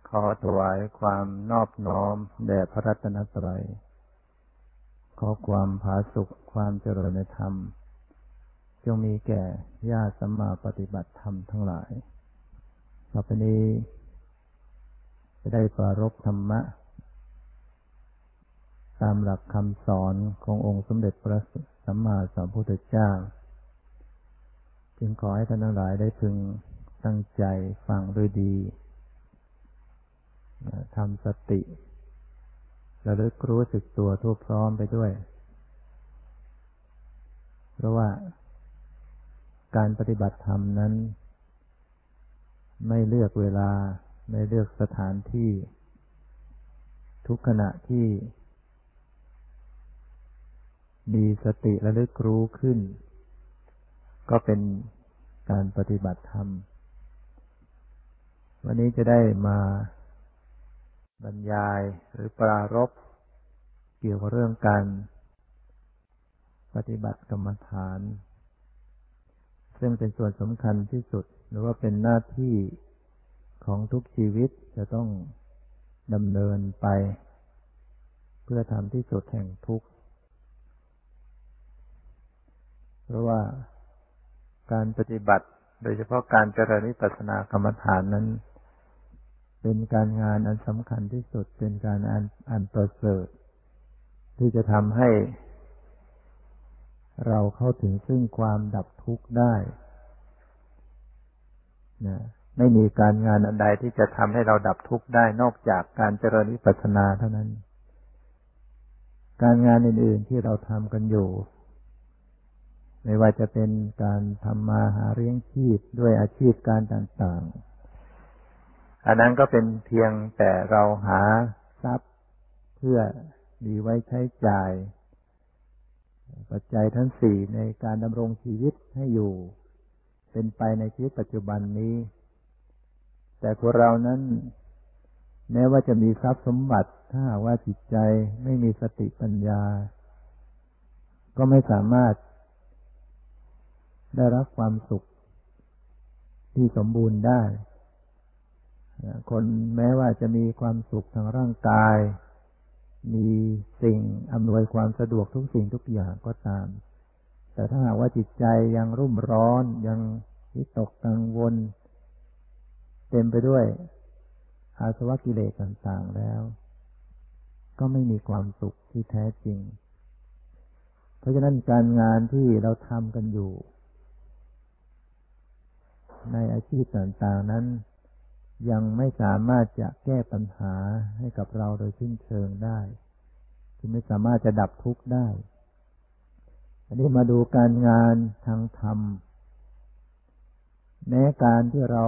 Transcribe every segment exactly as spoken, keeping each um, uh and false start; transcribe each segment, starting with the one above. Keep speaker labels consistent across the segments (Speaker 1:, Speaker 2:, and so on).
Speaker 1: ขอถวายความนอบน้อมแด่พระรัตนตรัยขอความผาสุกความเจริญในธรรมจงมีแก่ญาติสัมมาปฏิบัติธรรมทั้งหลายต่อไปนี้จะได้ปรารภธรรมะตามหลักคำสอนขององค์สมเด็จพระสัมมาสัมพุทธเจ้าจึงขอให้ท่านทั้งหลายได้พึงตั้งใจฟังด้วยดีทำสติระลึกรู้สึกตัวทั่วพร้อมไปด้วยเพราะว่าการปฏิบัติธรรมนั้นไม่เลือกเวลาไม่เลือกสถานที่ทุกขณะที่มีสติระลึกรู้ขึ้นก็เป็นการปฏิบัติธรรมวันนี้จะได้มาบรรยายหรือปรารภเกี่ยวกับเรื่องการปฏิบัติกรรมฐานซึ่งเป็นส่วนสำคัญที่สุดหรือว่าเป็นหน้าที่ของทุกชีวิตจะต้องดำเนินไปเพื่อทำที่สุดแห่งทุกข์เพราะว่าการปฏิบัติโดยเฉพาะการเจริญวิปัสสนากรรมฐานนั้นเป็นการงานอันสำคัญที่สุดเป็นการอันอันประเสริฐที่จะทำให้เราเข้าถึงซึ่งความดับทุกข์ได้นะไม่มีการงานอันใดที่จะทำให้เราดับทุกข์ได้นอกจากการเจริญวิปัสสนาเท่านั้นการงานอื่นๆที่เราทำกันอยู่ไม่ว่าจะเป็นการทำมาหาเลี้ยงชีพด้วยอาชีพการต่างๆอันนั้นก็เป็นเพียงแต่เราหาทรัพย์เพื่อมีไว้ใช้จ่ายปัจจัยทั้งสี่ในการดำรงชีวิตให้อยู่เป็นไปในชีวิตปัจจุบันนี้แต่พวกเรานั้นแม้ว่าจะมีทรัพย์สมบัติถ้าว่าจิตใจไม่มีสติปัญญาก็ไม่สามารถได้รับความสุขที่สมบูรณ์ได้คนแม้ว่าจะมีความสุขทางร่างกายมีสิ่งอำนวยความสะดวกทุกสิ่งทุกอย่างก็ตามแต่ถ้าหากว่าจิตใจยังรุ่มร้อนยังวิตกกังวลเต็มไปด้วยอาสวะกิเลสต่างๆแล้วก็ไม่มีความสุขที่แท้จริงเพราะฉะนั้นการงานที่เราทำกันอยู่ในอาชีพต่างๆนั้นยังไม่สามารถจะแก้ปัญหาให้กับเราโดยสิ้นเชิงได้คือไม่สามารถจะดับทุกข์ได้อันนี้มาดูการงานทางธรรมแม้การที่เรา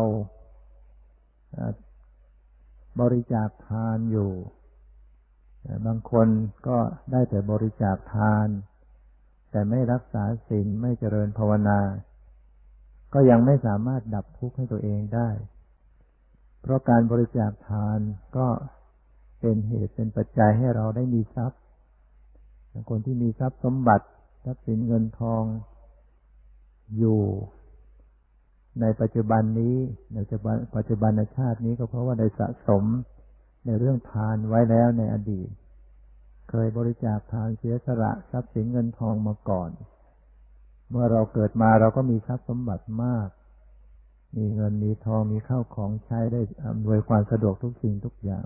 Speaker 1: บริจาคทานอยู่บางคนก็ได้แต่บริจาคทานแต่ไม่รักษาศีลไม่เจริญภาวนาก็ยังไม่สามารถดับทุกข์ให้ตัวเองได้เพราะการบริจาคทานก็เป็นเหตุเป็นปัจจัยให้เราได้มีทรัพย์คนที่มีทรัพย์สมบัติทรัพย์สินเงินทองอยู่ในปัจจุบันนี้ในปัจจุบันชาตินี้ก็เพราะว่าได้สะสมในเรื่องทานไว้แล้วในอดีตเคยบริจาคทานเสียสละทรัพย์สินเงินทองมาก่อนเมื่อเราเกิดมาเราก็มีทรัพย์สมบัติมากมีเงินมีทองมีข้าวของใช้ได้อำนวยความสะดวกทุกสิ่งทุกอย่าง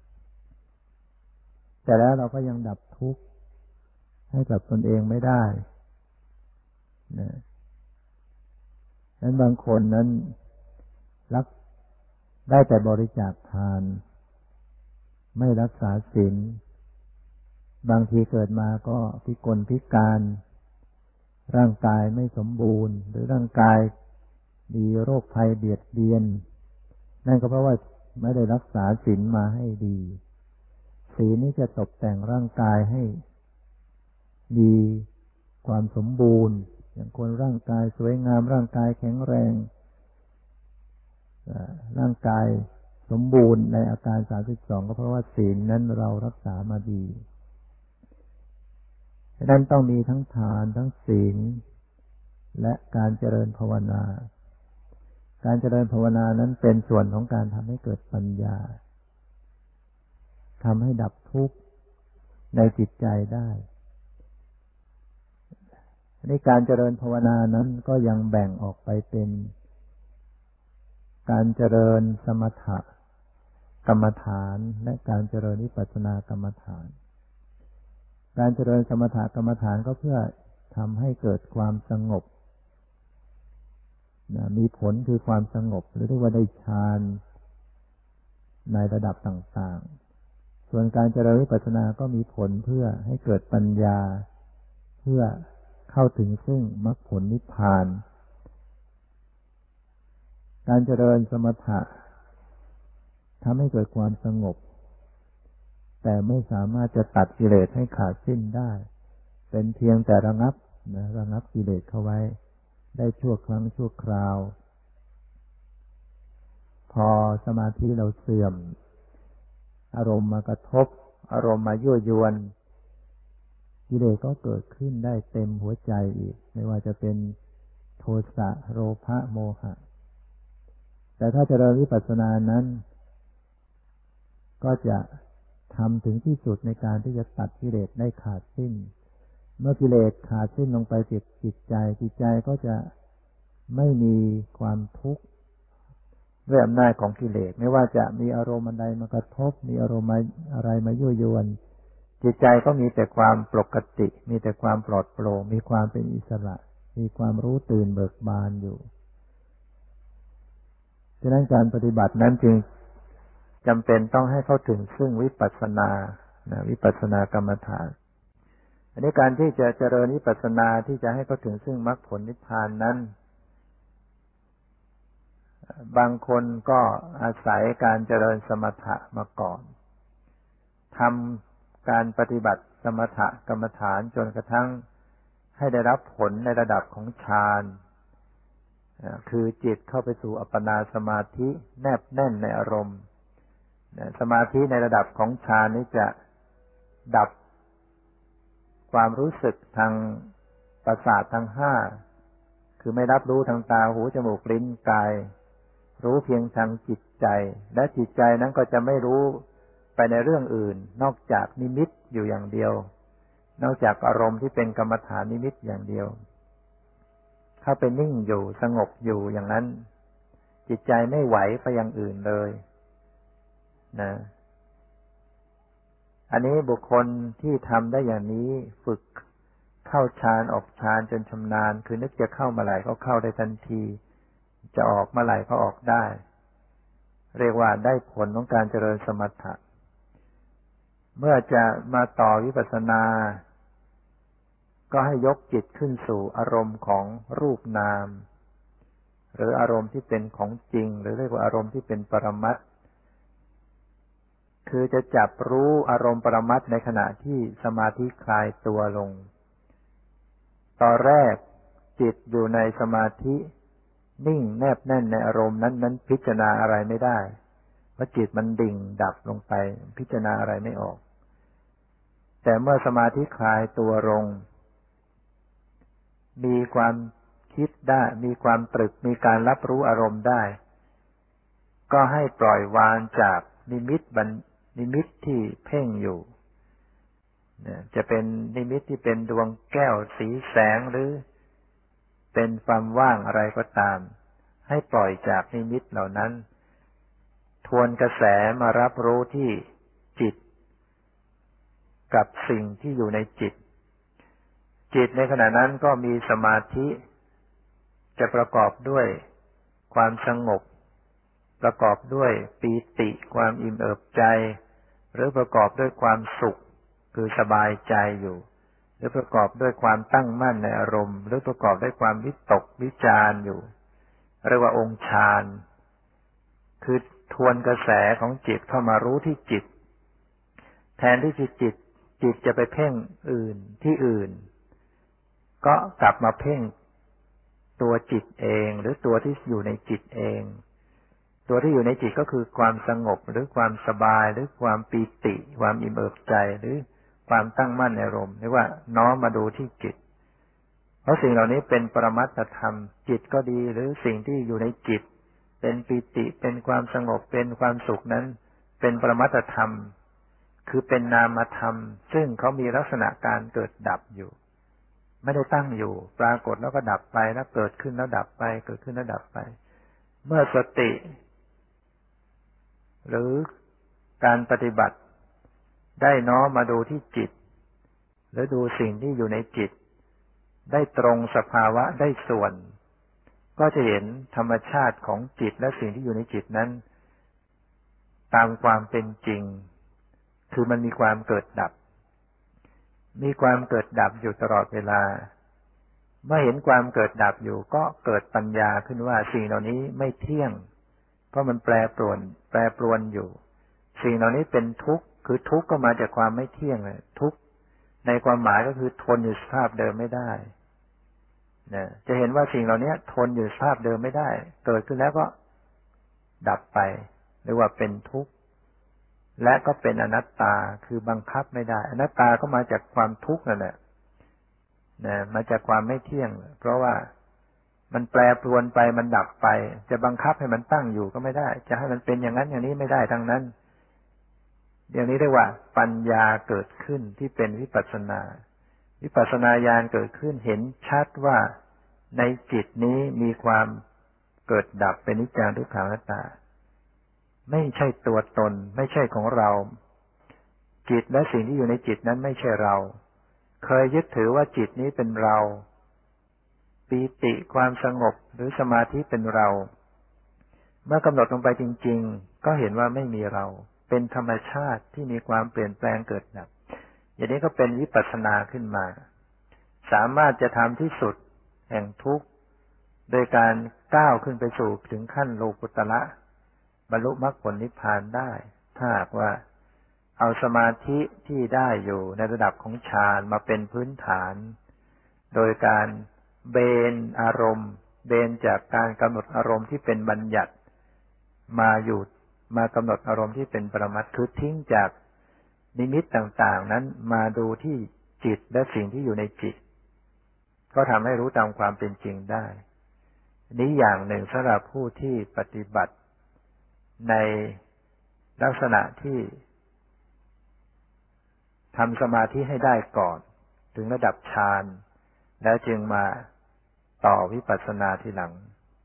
Speaker 1: แต่แล้วเราก็ยังดับทุกข์ให้กับตนเองไม่ได้นะนั้นบางคนนั้นรักได้แต่บริจาคทานไม่รักษาศีลบางทีเกิดมาก็พิกลพิการร่างกายไม่สมบูรณ์หรือร่างกายมีโรคภัยเบียดเบียนนั่นก็เพราะว่าไม่ได้รักษาศีลมาให้ดีศีลนี้จะตกแต่งร่างกายให้มีความสมบูรณ์อย่างคนร่างกายสวยงามร่างกายแข็งแรงร่างกายสมบูรณ์ในอาการสามสิบสองก็เพราะว่าศีลนั้นเรารักษามาดีดังนั้นต้องมีทั้งทานทั้งศีลและการเจริญภาวนาการเจริญภาวนานั้นเป็นส่วนของการทำให้เกิดปัญญาทำให้ดับทุกข์ในจิตใจได้ในการเจริญภาวนานั้นก็ยังแบ่งออกไปเป็นการเจริญสมถะกรรมฐานและการเจริญวิปัสสนากรรมฐานการเจริญสมถะกรรมฐานก็เพื่อทำให้เกิดความสงบมีผลคือความสงบหรือเรียกว่าได้ฌานในระดับต่างๆส่วนการเจริญวิปัสสนาก็มีผลเพื่อให้เกิดปัญญาเพื่อเข้าถึงซึ่งมรรคผลนิพพานการเจริญสมถะทำให้เกิดความสงบแต่ไม่สามารถจะตัดกิเลสให้ขาดสิ้นได้เป็นเพียงแต่ระงับนะระงับกิเลสเข้าไว้ได้ชั่วครั้งชั่วคราวพอสมาธิเราเสื่อมอารมณ์มากระทบอารมณ์มายั่วยวนกิเลสก็เกิดขึ้นได้เต็มหัวใจอีกไม่ว่าจะเป็นโทสะโลภะโมหะแต่ถ้าเจริญวิปัสสนานั้นก็จะทำถึงที่สุดในการที่จะตัดกิเลสได้ขาดสิ้นเมื่อกิเลสขาดสิ้นลงไปจากจิตใจจิตใจก็จะไม่มีความทุกข์ด้วยอำนาจของกิเลสไม่ว่าจะมีอารมณ์ใดมากระทบมีอารมณ์อะไรมายั่วยวนจิตใจก็มีแต่ความปกติมีแต่ความปลอดโปร่งมีความเป็นอิสระมีความรู้ตื่นเบิกบานอยู่ฉะนั้นการปฏิบัตินั้นจึงจำเป็นต้องให้เข้าถึงซึ่งวิปัสสนานะวิปัสสนากรรมฐานอันนี้การที่จะเจริญวิปัสสนาที่จะให้เข้าถึงซึ่งมรรคผลนิพพานนั้นบางคนก็อาศัยการเจริญสมถะมาก่อนทำการปฏิบัติสมถะกรรมฐานจนกระทั่งให้ได้รับผลในระดับของฌานคือจิตเข้าไปสู่อัปปนาสมาธิแนบแน่นในอารมณ์สมาธิในระดับของฌานนี้จะดับความรู้สึกทางประสาททั้งห้าคือไม่รับรู้ทางตาหูจมูกลิ้นกายรู้เพียงทางจิตใจและจิตใจนั้นก็จะไม่รู้ไปในเรื่องอื่นนอกจากนิมิตอยู่อย่างเดียวนอกจากอารมณ์ที่เป็นกรรมฐานนิมิตอย่างเดียวเข้าไปนิ่งอยู่สงบอยู่อย่างนั้นจิตใจไม่ไหวไปอย่างอื่นเลยนะอันนี้บุคคลที่ทำได้อย่างนี้ฝึกเข้าฌานออกฌานจนชำนาญคือนึกจะเข้าเมื่อไหร่ก็เข้าได้ทันทีจะออกเมื่อไหร่ก็ออกได้เรียกว่าได้ผลของการเจริญสมถะเมื่อจะมาต่อวิปัสสนาก็ให้ยกจิตขึ้นสู่อารมณ์ของรูปนามหรืออารมณ์ที่เป็นของจริงหรือเรียกว่าอารมณ์ที่เป็นปรมัตถ์คือจะจับรู้อารมณ์ปรมัตถ์ในขณะที่สมาธิคลายตัวลงตอนแรกจิตอยู่ในสมาธินิ่งแนบแน่นในอารมณ์นั้นนั้นพิจารณาอะไรไม่ได้เพราะจิตมันดิ่งดับลงไปพิจารณาอะไรไม่ออกแต่เมื่อสมาธิคลายตัวลงมีความคิดได้มีความตรึกมีการรับรู้อารมณ์ได้ก็ให้ปล่อยวางจากนิมิตบันนิมิตที่เพ่งอยู่จะเป็นนิมิตที่เป็นดวงแก้วสีแสงหรือเป็นความว่างอะไรก็ตามให้ปล่อยจากนิมิตเหล่านั้นทวนกระแสมารับรู้ที่จิตกับสิ่งที่อยู่ในจิตจิตในขณะนั้นก็มีสมาธิจะประกอบด้วยความสงบประกอบด้วยปีติความอิ่มเอิบใจหรือประกอบด้วยความสุขคือสบายใจอยู่หรือประกอบด้วยความตั้งมั่นในอารมณ์หรือประกอบด้วยความวิตกวิจารอยู่เรียกว่าองค์ฌานคือทวนกระแสของจิตเข้ามารู้ที่จิตแทนที่จิตจิตจิตจะไปเพ่งอื่นที่อื่นก็กลับมาเพ่งตัวจิตเองหรือตัวที่อยู่ในจิตเองตัวที่อยู่ในจิตก็คือความสงบหรือความสบายหรือความปีติความอิ่มเอิบใจหรือความตั้งมั่นในอารมณ์เรียกว่าน้อมมาดูที่จิตเพราะสิ่งเหล่านี้เป็นปรมัตถธรรมจิตก็ดีหรือสิ่งที่อยู่ในจิตเป็นปีติเป็นความสงบเป็นความสุขนั้นเป็นปรมัตถธรรมคือเป็นนามธรรมซึ่งเขามีลักษณะการเกิดดับอยู่ไม่ได้ตั้งอยู่ปรากฏแล้วก็ดับไปแล้วเกิดขึ้นแล้วดับไปเกิดขึ้นแล้วดับไปเมื่อสติหรือการปฏิบัติได้น้อมมาดูที่จิตหรือดูสิ่งที่อยู่ในจิตได้ตรงสภาวะได้ส่วนก็จะเห็นธรรมชาติของจิตและสิ่งที่อยู่ในจิตนั้นตามความเป็นจริงคือมันมีความเกิดดับมีความเกิดดับอยู่ตลอดเวลาเมื่อเห็นความเกิดดับอยู่ก็เกิดปัญญาขึ้นว่าสิ่งเหล่านี้ไม่เที่ยงเพราะมันแปรปรวนแปรปรวนอยู่สิ่งเหล่านี้เป็นทุกข์คือทุกข์ก็มาจากความไม่เที่ยงเลยทุกข์ในความหมายก็คือทนอยู่สภาพเดิมไม่ได้นะจะเห็นว่าสิ่งเหล่านี้ทนอยู่สภาพเดิมไม่ได้เกิดขึ้นแล้วก็ดับไปเรียกว่าเป็นทุกข์และก็เป็นอนัตตาคือบังคับไม่ได้อนัตตาก็มาจากความทุกข์นั่นแหละนะมาจากความไม่เที่ยงเพราะว่ามันแปรปรวนไปมันดับไปจะบังคับให้มันตั้งอยู่ก็ไม่ได้จะให้มันเป็นอย่างนั้นอย่างนี้ไม่ได้ทั้งนั้นอย่างนี้เรียกว่าปัญญาเกิดขึ้นที่เป็นวิปัสสนาวิปัสสนาญาณเกิดขึ้นเห็นชัดว่าในจิตนี้มีความเกิดดับเป็นนิจจังทุกขังอนัตตาไม่ใช่ตัวตนไม่ใช่ของเราจิตและสิ่งที่อยู่ในจิตนั้นไม่ใช่เราเคยยึดถือว่าจิตนี้เป็นเราปีติความสงบหรือสมาธิเป็นเราเมื่อกำหนดลงไปจริงๆก็เห็นว่าไม่มีเราเป็นธรรมชาติที่มีความเปลี่ยนแปลงเกิดดับอย่างนี้ก็เป็นวิปัสสนาขึ้นมาสามารถจะทำที่สุดแห่งทุกข์โดยการก้าวขึ้นไปสู่ถึงขั้นโลกุตระบรรลุมรรคผลนิพพานได้ถ้าหากว่าเอาสมาธิที่ได้อยู่ในระดับของฌานมาเป็นพื้นฐานโดยการเบนอารมณ์เบนจากการกำหนดอารมณ์ที่เป็นบัญญัติมาอยู่มากำหนดอารมณ์ที่เป็นปรมัตถ์คือทิ้งจากนิมิตต่างๆนั้นมาดูที่จิตและสิ่งที่อยู่ในจิตก็ทำให้รู้ตามความเป็นจริงได้นี้อย่างหนึ่งสำหรับผู้ที่ปฏิบัติในลักษณะที่ทำสมาธิให้ได้ก่อนถึงระดับฌานแล้วจึงมาต่อวิปัสสนาทีหลัง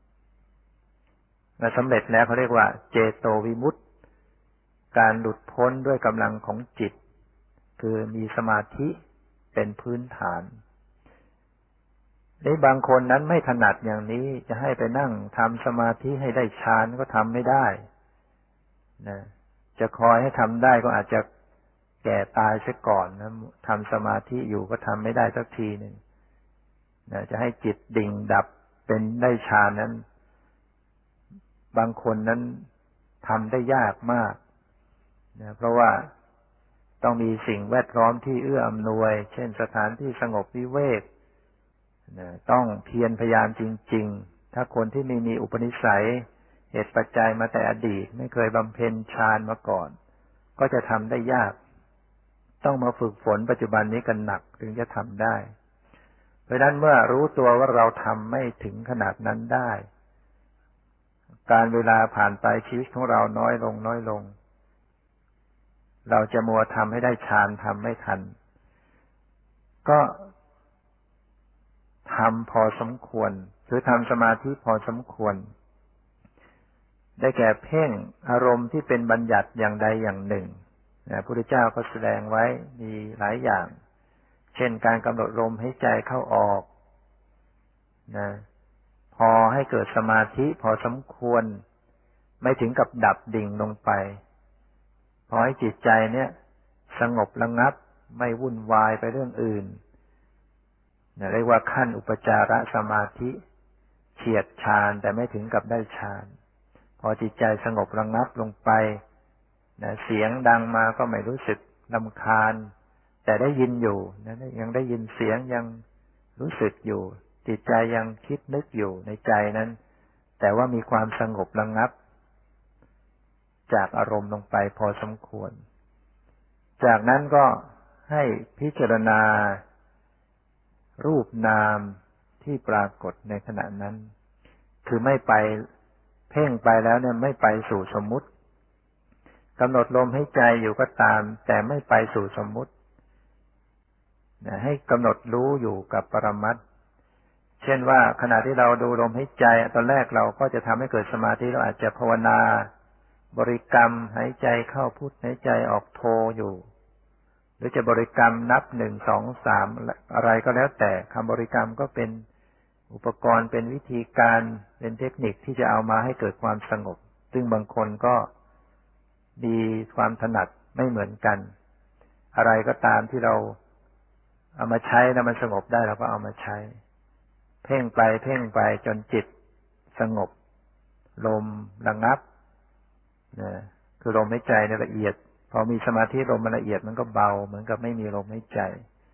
Speaker 1: และสำเร็จแล้วเขาเรียกว่าเจโตวิมุตติการหลุดพ้นด้วยกำลังของจิตคือมีสมาธิเป็นพื้นฐานในบางคนนั้นไม่ถนัดอย่างนี้จะให้ไปนั่งทำสมาธิให้ได้ฌานก็ทำไม่ได้นะจะคอยให้ทำได้ก็อาจจะแก่ตายเสียก่อนนะทำสมาธิอยู่ก็ทำไม่ได้สักทีหนึ่งนะจะให้จิตดิ่งดับเป็นได้ฌานนั้นบางคนนั้นทำได้ยากมากนะเพราะว่าต้องมีสิ่งแวดล้อมที่เอื้ออำนวยเช่นสถานที่สงบวิเวกนะต้องเพียรพยายามจริงๆถ้าคนที่ไม่มีอุปนิสัยเหตุปัจจัยมาแต่อดีตไม่เคยบำเพ็ญฌานมาก่อนก็จะทำได้ยากต้องมาฝึกฝนปัจจุบันนี้กันหนักถึงจะทำได้เพราะฉะนั้นเมื่อรู้ตัวว่าเราทำไม่ถึงขนาดนั้นได้การเวลาผ่านไปชีวิตของเราน้อยลงน้อยลงเราจะมัวทำให้ได้ฌานทำไม่ทันก็ทำพอสมควรหรือทำสมาธิพอสมควรได้แก่เพ่งอารมณ์ที่เป็นบัญญัติอย่างใดอย่างหนึ่งพระพุทธเจ้าก็แสดงไว้มีหลายอย่างเช่นการกำหนดลมหายใจเข้าออกนะพอให้เกิดสมาธิพอสมควรไม่ถึงกับดับดิ่งลงไปพอให้จิตใจเนี่ยสงบระงับไม่วุ่นวายไปเรื่องอื่นนะเรียกว่าขั้นอุปจารสมาธิเฉียดฌานแต่ไม่ถึงกับได้ฌานพอจิตใจสงบระงับลงไปนะเสียงดังมาก็ไม่รู้สึกรำคาญแต่ได้ยินอยู่นะยังได้ยินเสียงยังรู้สึกอยู่จิตใจยังคิดนึกอยู่ในใจนั้นแต่ว่ามีความสงบระงับจากอารมณ์ลงไปพอสมควรจากนั้นก็ให้พิจารณารูปนามที่ปรากฏในขณะนั้นคือไม่ไปเพ่งไปแล้วเนี่ยไม่ไปสู่สมมุติกำหนดลมให้ใจอยู่ก็ตามแต่ไม่ไปสู่สมมุติให้กำหนดรู้อยู่กับปรมัตถ์เช่นว่าขณะที่เราดูลมหายใจตอนแรกเราก็จะทำให้เกิดสมาธิเราอาจจะภาวนาบริกรรมหายใจเข้าพุทหายใจออกโทอยู่หรือจะบริกรรมนับหนึ่งสองสามอะไรก็แล้วแต่คำบริกรรมก็เป็นอุปกรณ์เป็นวิธีการเป็นเทคนิคที่จะเอามาให้เกิดความสงบซึ่งบางคนก็มีความถนัดไม่เหมือนกันอะไรก็ตามที่เราเอามาใช้แล้วมันสงบได้เราก็เอามาใช้เพ่งไปเพ่งไปจนจิตสงบลมระงับนะคือลมหายใจเนี่ยละเอียดพอมีสมาธิลมมันละเอียดมันก็เบาเหมือนกับไม่มีลมหายใจ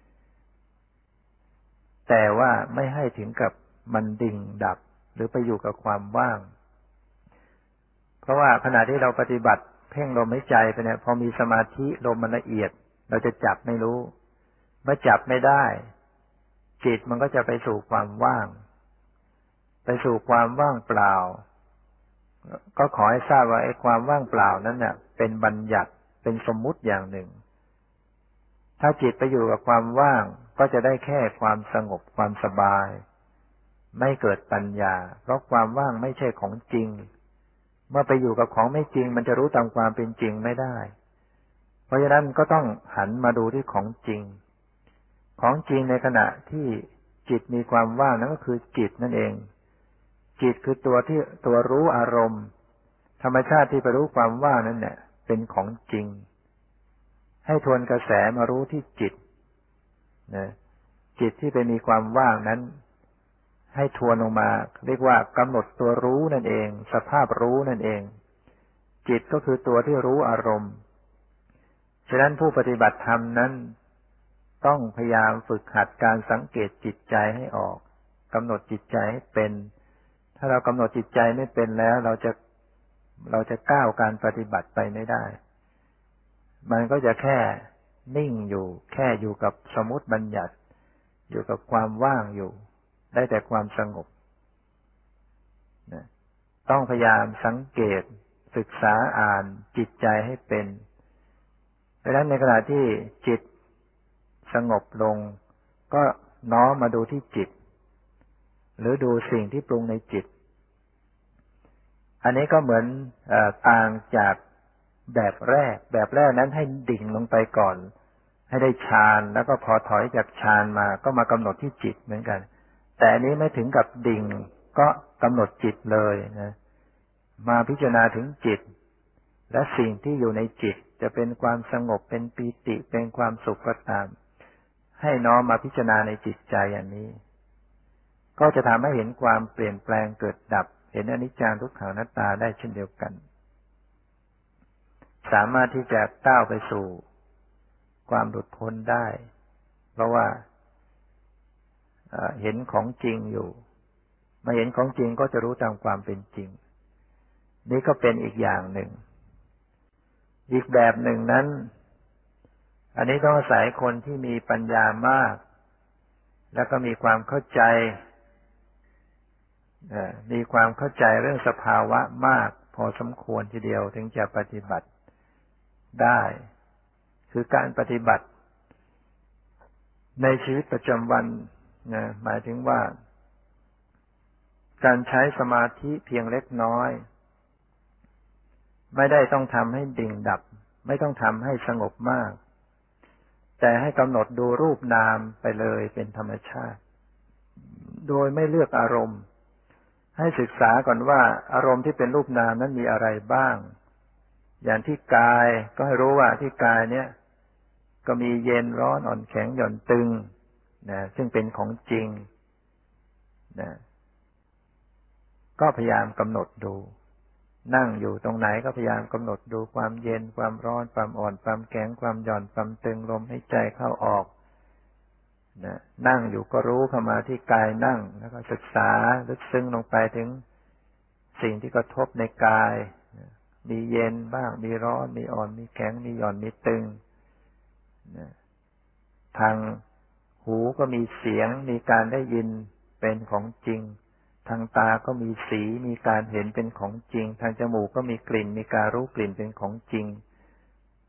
Speaker 1: แต่ว่าไม่ให้ถึงกับมันดิ่งดับหรือไปอยู่กับความว่างเพราะว่าขณะที่เราปฏิบัติเพ่งลมหายใจไปเนี่ยพอมีสมาธิลมมันละเอียดเราจะจับไม่รู้เมื่อจับไม่ได้จิตมันก็จะไปสู่ความว่างไปสู่ความว่างเปล่าก็ขอให้ทราบว่าไอ้ความว่างเปล่านั้นเนี่ยเป็นบัญญัติเป็นสมมุติอย่างหนึ่งถ้าจิตไปอยู่กับความว่างก็จะได้แค่ความสงบความสบายไม่เกิดปัญญาเพราะความว่างไม่ใช่ของจริงเมื่อไปอยู่กับของไม่จริงมันจะรู้ตามความเป็นจริงไม่ได้เพราะฉะนั้นก็ต้องหันมาดูที่ของจริงของจริงในขณะที่จิตมีความว่างนั้นก็คือจิตนั่นเองจิตคือตัวที่ตัวรู้อารมณ์ธรรมชาติที่ไปรู้ความว่างนั้นเนี่ยเป็นของจริงให้ทวนกระแสมารู้ที่จิตนะจิตที่ไปมีความว่างนั้นให้ทวนลงมาเรียกว่ากำหนดตัวรู้นั่นเองสภาพรู้นั่นเองจิตก็คือตัวที่รู้อารมณ์ฉะนั้นผู้ปฏิบัติธรรมนั้นต้องพยายามฝึกหัดการสังเกตจิตใจให้ออกกำหนดจิตใจให้เป็นถ้าเรากำหนดจิตใจไม่เป็นแล้วเราจะเราจะก้าวการปฏิบัติไปไม่ได้มันก็จะแค่นิ่งอยู่แค่อยู่กับสมมุติบัญญัติอยู่กับความว่างอยู่ได้แต่ความสงบนะต้องพยายามสังเกตศึกษาอ่านจิตใจให้เป็นเพราะฉะนั้นในขณะที่จิตสงบลงก็น้อมมาดูที่จิตหรือดูสิ่งที่ปรุงในจิตอันนี้ก็เหมือนเอ่อต่างจากแบบแรกแบบแรกนั้นให้ดิ่งลงไปก่อนให้ได้ฌานแล้วก็พอถอยจากฌานมาก็มากำหนดที่จิตเหมือนกันแต่อันนี้ไม่ถึงกับดิ่งก็กำหนดจิตเลยนะมาพิจารณาถึงจิตและสิ่งที่อยู่ในจิตจะเป็นความสงบเป็นปีติเป็นความสุขก็ตามให้น้อมมาพิจารณาในจิตใจอย่างนี้ก็จะทำให้เห็นความเปลี่ยนแปลงเกิดดับเห็นอนิจจังทุกขังอนัตตาได้เช่นเดียวกันสามารถที่จะก้าวไปสู่ความหลุดพ้นได้เพราะว่าเห็นของจริงอยู่มาเห็นของจริงก็จะรู้ตามความเป็นจริงนี่ก็เป็นอีกอย่างหนึ่งอีกแบบหนึ่งนั้นอันนี้ต้องอาศัยคนที่มีปัญญามากแล้วก็มีความเข้าใจมีความเข้าใจเรื่องสภาวะมากพอสมควรทีเดียวถึงจะปฏิบัติได้คือการปฏิบัติในชีวิตประจำวันนะหมายถึงว่าการใช้สมาธิเพียงเล็กน้อยไม่ได้ต้องทำให้ดิ่งดับไม่ต้องทำให้สงบมากแต่ให้กำหนดดูรูปนามไปเลยเป็นธรรมชาติโดยไม่เลือกอารมณ์ให้ศึกษาก่อนว่าอารมณ์ที่เป็นรูปนามนั้นมีอะไรบ้างอย่างที่กายก็ให้รู้ว่าที่กายเนี้ยก็มีเย็นร้อนอ่อนแข็งหย่อนตึงนะซึ่งเป็นของจริงนะก็พยายามกำหนดดูนั่งอยู่ตรงไหนก็พยายามกำหนดดูความเย็นความร้อนความอ่อนความแข็งความหย่อนความตึงลมหายใจเข้าออกนะนั่งอยู่ก็รู้เข้ามาที่กายนั่งแล้วก็ศึกษาลึกซึ้งลงไปถึงสิ่งที่กระทบในกายมีเย็นบ้างมีร้อนมีอ่อนมีแข็งมีหย่อนมีตึงนะทางหูก็มีเสียงมีการได้ยินเป็นของจริงทางตาก็มีสีมีการเห็นเป็นของจริงทางจมูกก็มีกลิ่นมีการรู้กลิ่นเป็นของจริง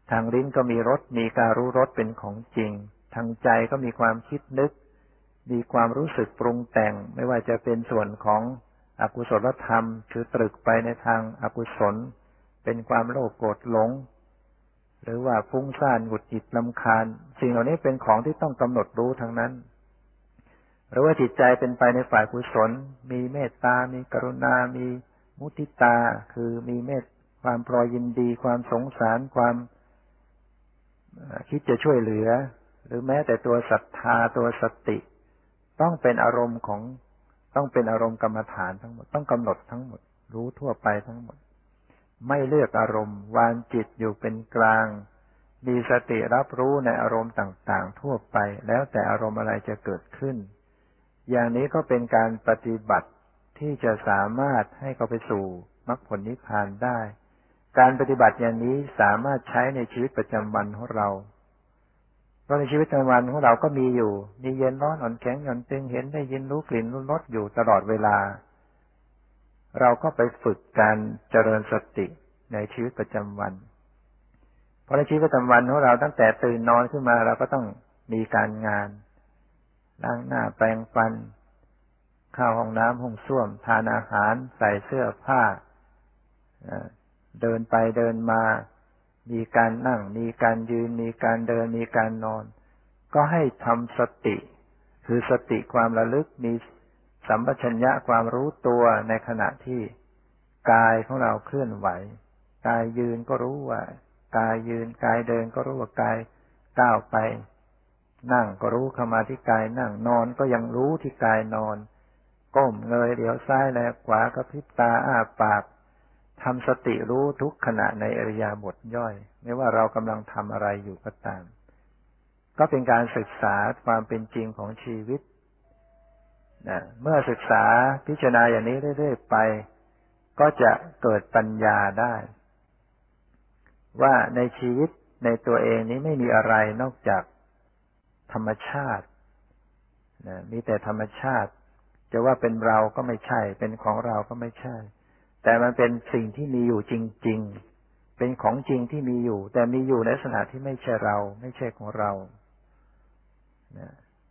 Speaker 1: ทางลิ้นก็มีรสมีการรู้รสเป็นของจริงทางใจก็มีความคิดนึกมีความรู้สึกปรุงแต่งไม่ว่าจะเป็นส่วนของอกุศลธรรมคือตรึกไปในทางอกุศลเป็นความโลภโกรธหลงหรือว่าฟุ้งซ่านหงุดหงิดรำคาญสิ่งเหล่านี้เป็นของที่ต้องกำหนดรู้ทั้งนั้นหรือว่าจิตใจเป็นไปในฝ่ายกุศลมีเมตตามีกรุณามีมุทิตาคือมีเมตความปรอยยินดีความสงสารความคิดจะช่วยเหลือหรือแม้แต่ตัวศรัทธาตัวสติต้องเป็นอารมณ์ของต้องเป็นอารมณ์กรรมฐานทั้งหมดต้องกำหนดทั้งหมดรู้ทั่วไปทั้งหมดไม่เลือกอารมณ์วางจิตอยู่เป็นกลางมีสติรับรู้ในอารมณ์ต่างๆทั่วไปแล้วแต่อารมณ์อะไรจะเกิดขึ้นอย่างนี้ก็เป็นการปฏิบัติที่จะสามารถให้เขาไปสู่มรรคผลนิพพานได้การปฏิบัติอย่างนี้สามารถใช้ในชีวิตประจำวันของเราเพราะในชีวิตประจำวันของเราก็มีอยู่มีเย็นร้อนอ่อนแข็งหย่อนตึงเห็นได้ยินรู้กลิ่นรู้รสอยู่ตลอดเวลาเราก็ไปฝึกการเจริญสติในชีวิตประจำวันเพราะในชีวิตประจำวันของเราตั้งแต่ตื่นนอนขึ้นมาเราก็ต้องมีการงานล้างหน้าแปรงฟันเข้าห้องน้ำห้องส้วมทานอาหารใส่เสื้อผ้าเดินไปเดินมามีการนั่งมีการยืนมีการเดินมีการนอนก็ให้ทำสติคือสติความระลึกมีสัมปชัญญะความรู้ตัวในขณะที่กายของเราเคลื่อนไหวกายยืนก็รู้ว่ากายยืนกายเดินก็รู้ว่ากายก้าวไปนั่งก็รู้เข้ามาที่กายนั่งนอนก็ยังรู้ที่กายนอนก้มเงยเดี๋ยวซ้ายแลขวากระพริบตาอ้าปากทำสติรู้ทุกขณะในอิริยาบถย่อยไม่ว่าเรากำลังทำอะไรอยู่ก็ตามก็เป็นการศึกษาความเป็นจริงของชีวิตนะเมื่อศึกษาพิจารณาอย่างนี้เรื่อยๆไปก็จะเกิดปัญญาได้ว่าในชีวิตในตัวเองนี้ไม่มีอะไรนอกจากธรรมชาตินะมีแต่ธรรมชาติจะว่าเป็นเราก็ไม่ใช่เป็นของเราก็ไม่ใช่แต่มันเป็นสิ่งที่มีอยู่จริงๆเป็นของจริงที่มีอยู่แต่มีอยู่ในลักษณะที่ไม่ใช่เราไม่ใช่ของเรานะ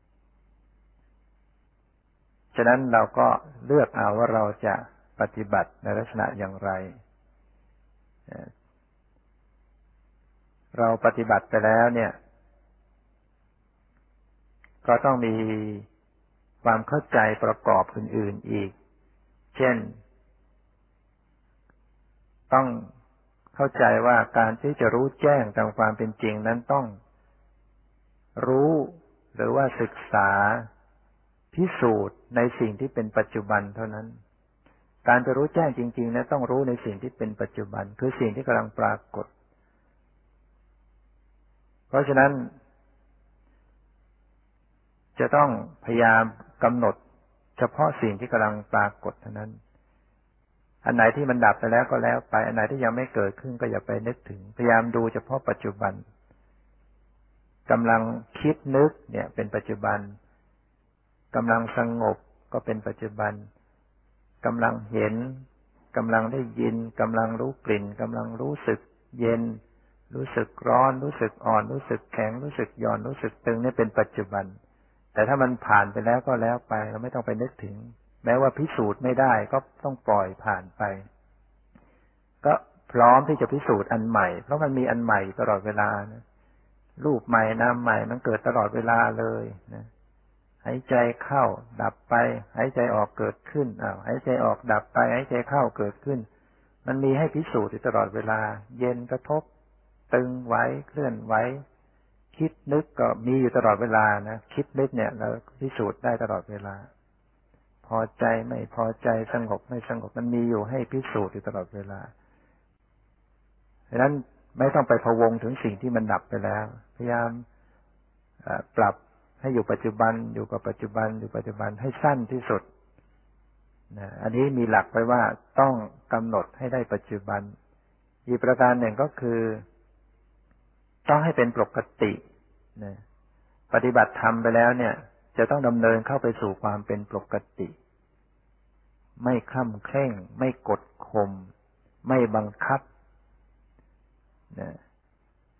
Speaker 1: ฉะนั้นเราก็เลือกเอาว่าเราจะปฏิบัติในลักษณะอย่างไรเราปฏิบัติไปแล้วเนี่ยก็ต้องมีความเข้าใจประกอบอื่นๆอีกเช่นต้องเข้าใจว่าการที่จะรู้แจ้งตามความเป็นจริงนั้นต้องรู้หรือว่าศึกษาพิสูจน์ในสิ่งที่เป็นปัจจุบันเท่านั้นการจะรู้แจ้งจริงๆนะต้องรู้ในสิ่งที่เป็นปัจจุบันคือสิ่งที่กำลังปรากฏเพราะฉะนั้นจะต้องพยายามกำหนดเฉพาะสิ่งที่กำลังปรากฏเท่านั้นอันไหนที่มันดับไปแล้วก็แล้วไปอันไหนที่ยังไม่เกิดขึ้นก็อย่าไปนึกถึงพยายามดูเฉพาะปัจจุบันกำลังคิดนึกเนี่ยเป็นปัจจุบันกำลังสงบก็เป็นปัจจุบันกำลังเห็นกำลังได้ยินกำลังรู้กลิ่นกำลังรู้สึกเย็นรู้สึกร้อนรู้สึกอ่อนรู้สึกแข็งรู้สึกหย่อนรู้สึกตึงนี่เป็นปัจจุบันแต่ถ้ามันผ่านไปแล้วก็แล้วไปเราไม่ต้องไปนึกถึงแม้ว่าพิสูจน์ไม่ได้ก็ต้องปล่อยผ่านไปก็พร้อมที่จะพิสูจน์อันใหม่เพราะมันมีอันใหม่ตลอดเวลานะรูปใหม่นามใหม่มันเกิดตลอดเวลาเลยนะหายใจเข้าดับไปหายใจออกเกิดขึ้นอ้าวหายใจออกดับไปหายใจเข้าเกิดขึ้นมันมีให้พิสูจน์อยู่ตลอดเวลาเย็นกระทบตึงไหวเคลื่อนไหวคิดนึกก็มีอยู่ตลอดเวลานะคิดนึกเนี่ยเราพิสูจน์ได้ตลอดเวลาพอใจไม่พอใจสงบไม่สงบมันมีอยู่ให้พิสูจน์อยู่ตลอดเวลาดังนั้นไม่ต้องไปพะวงถึงสิ่งที่มันดับไปแล้วพยายามปรับให้อยู่ปัจจุบันอยู่กับปัจจุบันอยู่ปัจจุบันให้สั้นที่สุดนะอันนี้มีหลักไว้ว่าต้องกำหนดให้ได้ปัจจุบันอีกประการหนึ่งก็คือต้องให้เป็นปกตินะปฏิบัติธรรมไปแล้วเนี่ยจะต้องดำเนินเข้าไปสู่ความเป็นปกติไม่คล่ำเคร่งไม่กดข่มไม่บังคับนะ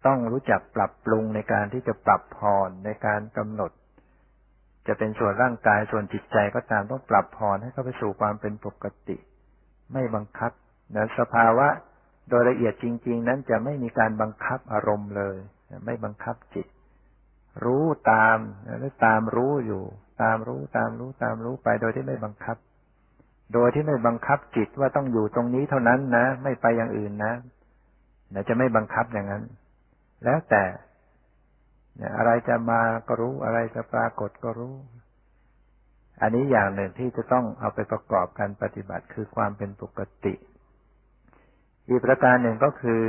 Speaker 1: ต้องรู้จักปรับปรุงในการที่จะปรับผ่อนในการกำหนดจะเป็นส่วนร่างกายส่วนจิตใจก็ตามต้องปรับผ่อนให้เข้าไปสู่ความเป็นปกติไม่บังคับนะสภาวะโดยละเอียดจริงๆนั้นจะไม่มีการบังคับอารมณ์เลยไม่บังคับจิตรู้ตามหรือตามรู้อยู่ตามรู้ตามรู้ตามรู้ไปโดยที่ไม่บังคับโดยที่ไม่บังคับจิตว่าต้องอยู่ตรงนี้เท่านั้นนะไม่ไปอย่างอื่นนะนะจะไม่บังคับอย่างนั้นแล้วแต่เนี่ยอะไรจะมาก็รู้อะไรจะปรากฏก็รู้อันนี้อย่างหนึ่งที่จะต้องเอาไปประกอบการปฏิบัติคือความเป็นปกติอีกประการหนึ่งก็คือ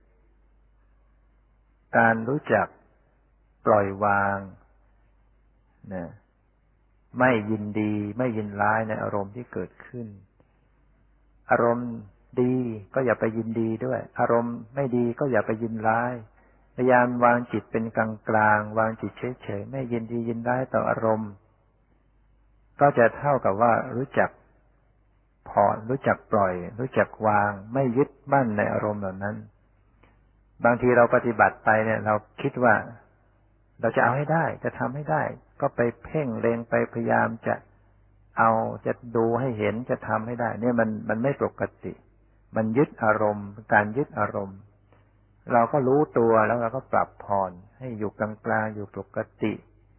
Speaker 1: การรู้จักปล่อยวางนะไม่ยินดีไม่ยินร้ายในอารมณ์ที่เกิดขึ้นอารมณ์ดีก็อย่าไปยินดีด้วยอารมณ์ไม่ดีก็อย่าไปยินร้ายพยายามวางจิตเป็นกลางกลางวางจิตเฉยๆไม่ยินดียินร้ายต่ออารมณ์ก็จะเท่ากับว่ารู้จักผ่อนรู้จักปล่อยรู้จักวางไม่ยึดมั่นในอารมณ์เหล่านั้นบางทีเราปฏิบัติไปเนี่ยเราคิดว่าเราจะเอาให้ได้จะทำให้ได้ก็ไปเพ่งเล็งไปพยายามจะเอาจะดูให้เห็นจะทำให้ได้เนี่ยมันมันไม่ปกติมันยึดอารมณ์การยึดอารมณ์เราก็รู้ตัวแล้วเราก็ปรับผ่อนให้อยู่กลางๆอยู่ปกติ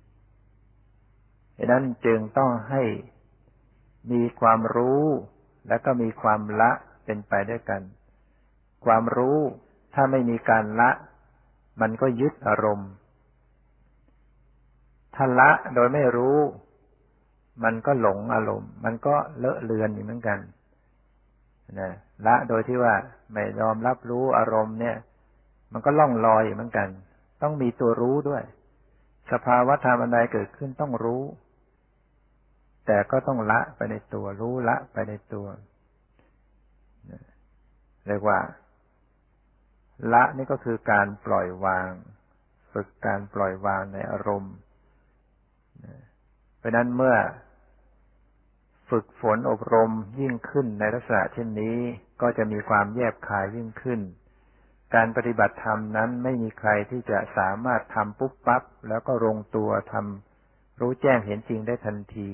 Speaker 1: ดังนั้นจึงต้องให้มีความรู้และก็มีความละเป็นไปด้วยกันความรู้ถ้าไม่มีการละมันก็ยึดอารมณ์ถ้าละโดยไม่รู้มันก็หลงอารมณ์มันก็เลอะเลือนอยู่เหมือนกันนะละโดยที่ว่าไม่ยอมรับรู้อารมณ์เนี่ยมันก็ล่องลอยอยู่เหมือนกันต้องมีตัวรู้ด้วยสภาวะธรรมอันใดเกิดขึ้นต้องรู้แต่ก็ต้องละไปในตัวรู้ละไปในตัวเรียกว่าละนี่ก็คือการปล่อยวางฝึกการปล่อยวางในอารมณ์เพราะนั้นเมื่อฝึกฝนอบรมยิ่งขึ้นในลักษณะเช่นนี้ก็จะมีความแยบคายยิ่งขึ้นการปฏิบัติธรรมนั้นไม่มีใครที่จะสามารถทำปุ๊บปั๊บแล้วก็ลงตัวทำรู้แจ้งเห็นจริงได้ทันที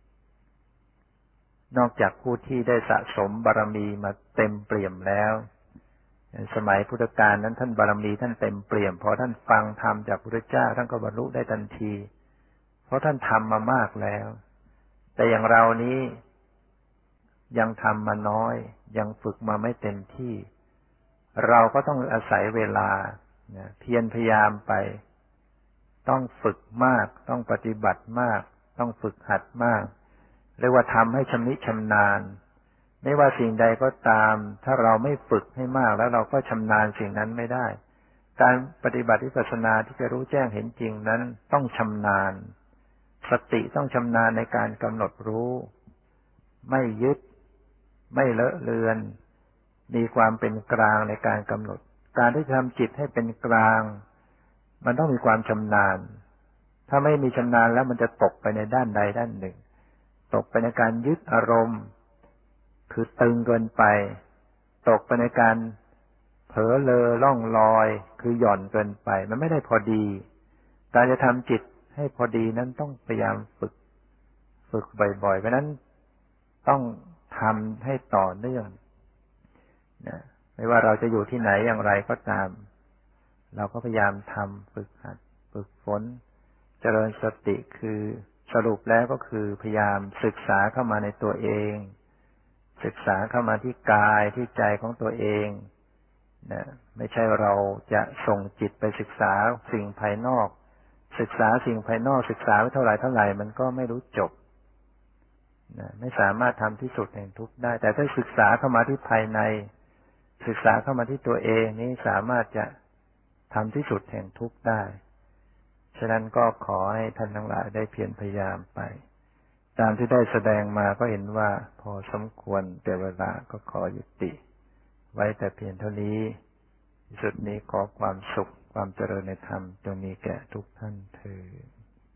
Speaker 1: นอกจากผู้ที่ได้สะสมบารมีมาเต็มเปี่ยมแล้วสมัยพุทธกาลนั้นท่านบารมีท่านเต็มเปี่ยมพอท่านฟังธรรมจากพระพุทธเจ้าท่านก็บรรลุได้ทันทีเพราะท่านทำมามากแล้วแต่อย่างเรานี้ยังทำมาน้อยยังฝึกมาไม่เต็มที่เราก็ต้องอาศัยเวลาเพียรพยายามไปต้องฝึกมากต้องปฏิบัติมากต้องฝึกหัดมากเรียกว่าทำให้ชำนิชำนาญไม่ว่าสิ่งใดก็ตามถ้าเราไม่ฝึกให้มากแล้วเราก็ชำนาญสิ่งนั้นไม่ได้การปฏิบัติวิปัสสนาที่จะรู้แจ้งเห็นจริงนั้นต้องชำนาญสติต้องชำนาญในการกำหนดรู้ไม่ยึดไม่เลอะเลือนมีความเป็นกลางในการกำหนดการที่จะทำจิตให้เป็นกลางมันต้องมีความชำนาญถ้าไม่มีชำนาญแล้วมันจะตกไปในด้านใดด้านหนึ่งตกไปในการยึดอารมณ์คือตึงเกินไปตกไปในการเผลอเลอล่องลอยคือหย่อนเกินไปมันไม่ได้พอดีการจะทำจิตให้พอดีนั้นต้องพยายามฝึกฝึกบ่อยๆเพราะนั้นต้องทำให้ต่อเนื่องนะไม่ว่าเราจะอยู่ที่ไหนอย่างไรก็ตามเราก็พยายามทำฝึกหัดฝึกฝนเจริญสติคือสรุปแล้วก็คือพยายามศึกษาเข้ามาในตัวเองศึกษาเข้ามาที่กายที่ใจของตัวเองนะไม่ใช่เราจะส่งจิตไปศึกษาสิ่งภายนอกศึกษาสิ่งภายนอกศึกษาไว้เท่าไหร่เท่าไหร่มันก็ไม่รู้จบนะไม่สามารถทำที่สุดแห่งทุกข์ได้แต่ถ้าศึกษาเข้ามาที่ภายในศึกษาเข้ามาที่ตัวเองนี้สามารถจะทำที่สุดแห่งทุกข์ได้ฉะนั้นก็ขอให้ท่านทั้งหลายได้เพียรพยายามไปตามที่ได้แสดงมาก็เห็นว่าพอสมควรแต่เวลาก็ขอยุติไว้แต่เพียงเท่านี้ที่สุดนี้ขอความสุขความเจริญในธรรมจงมีแก่ทุกท่านเถิด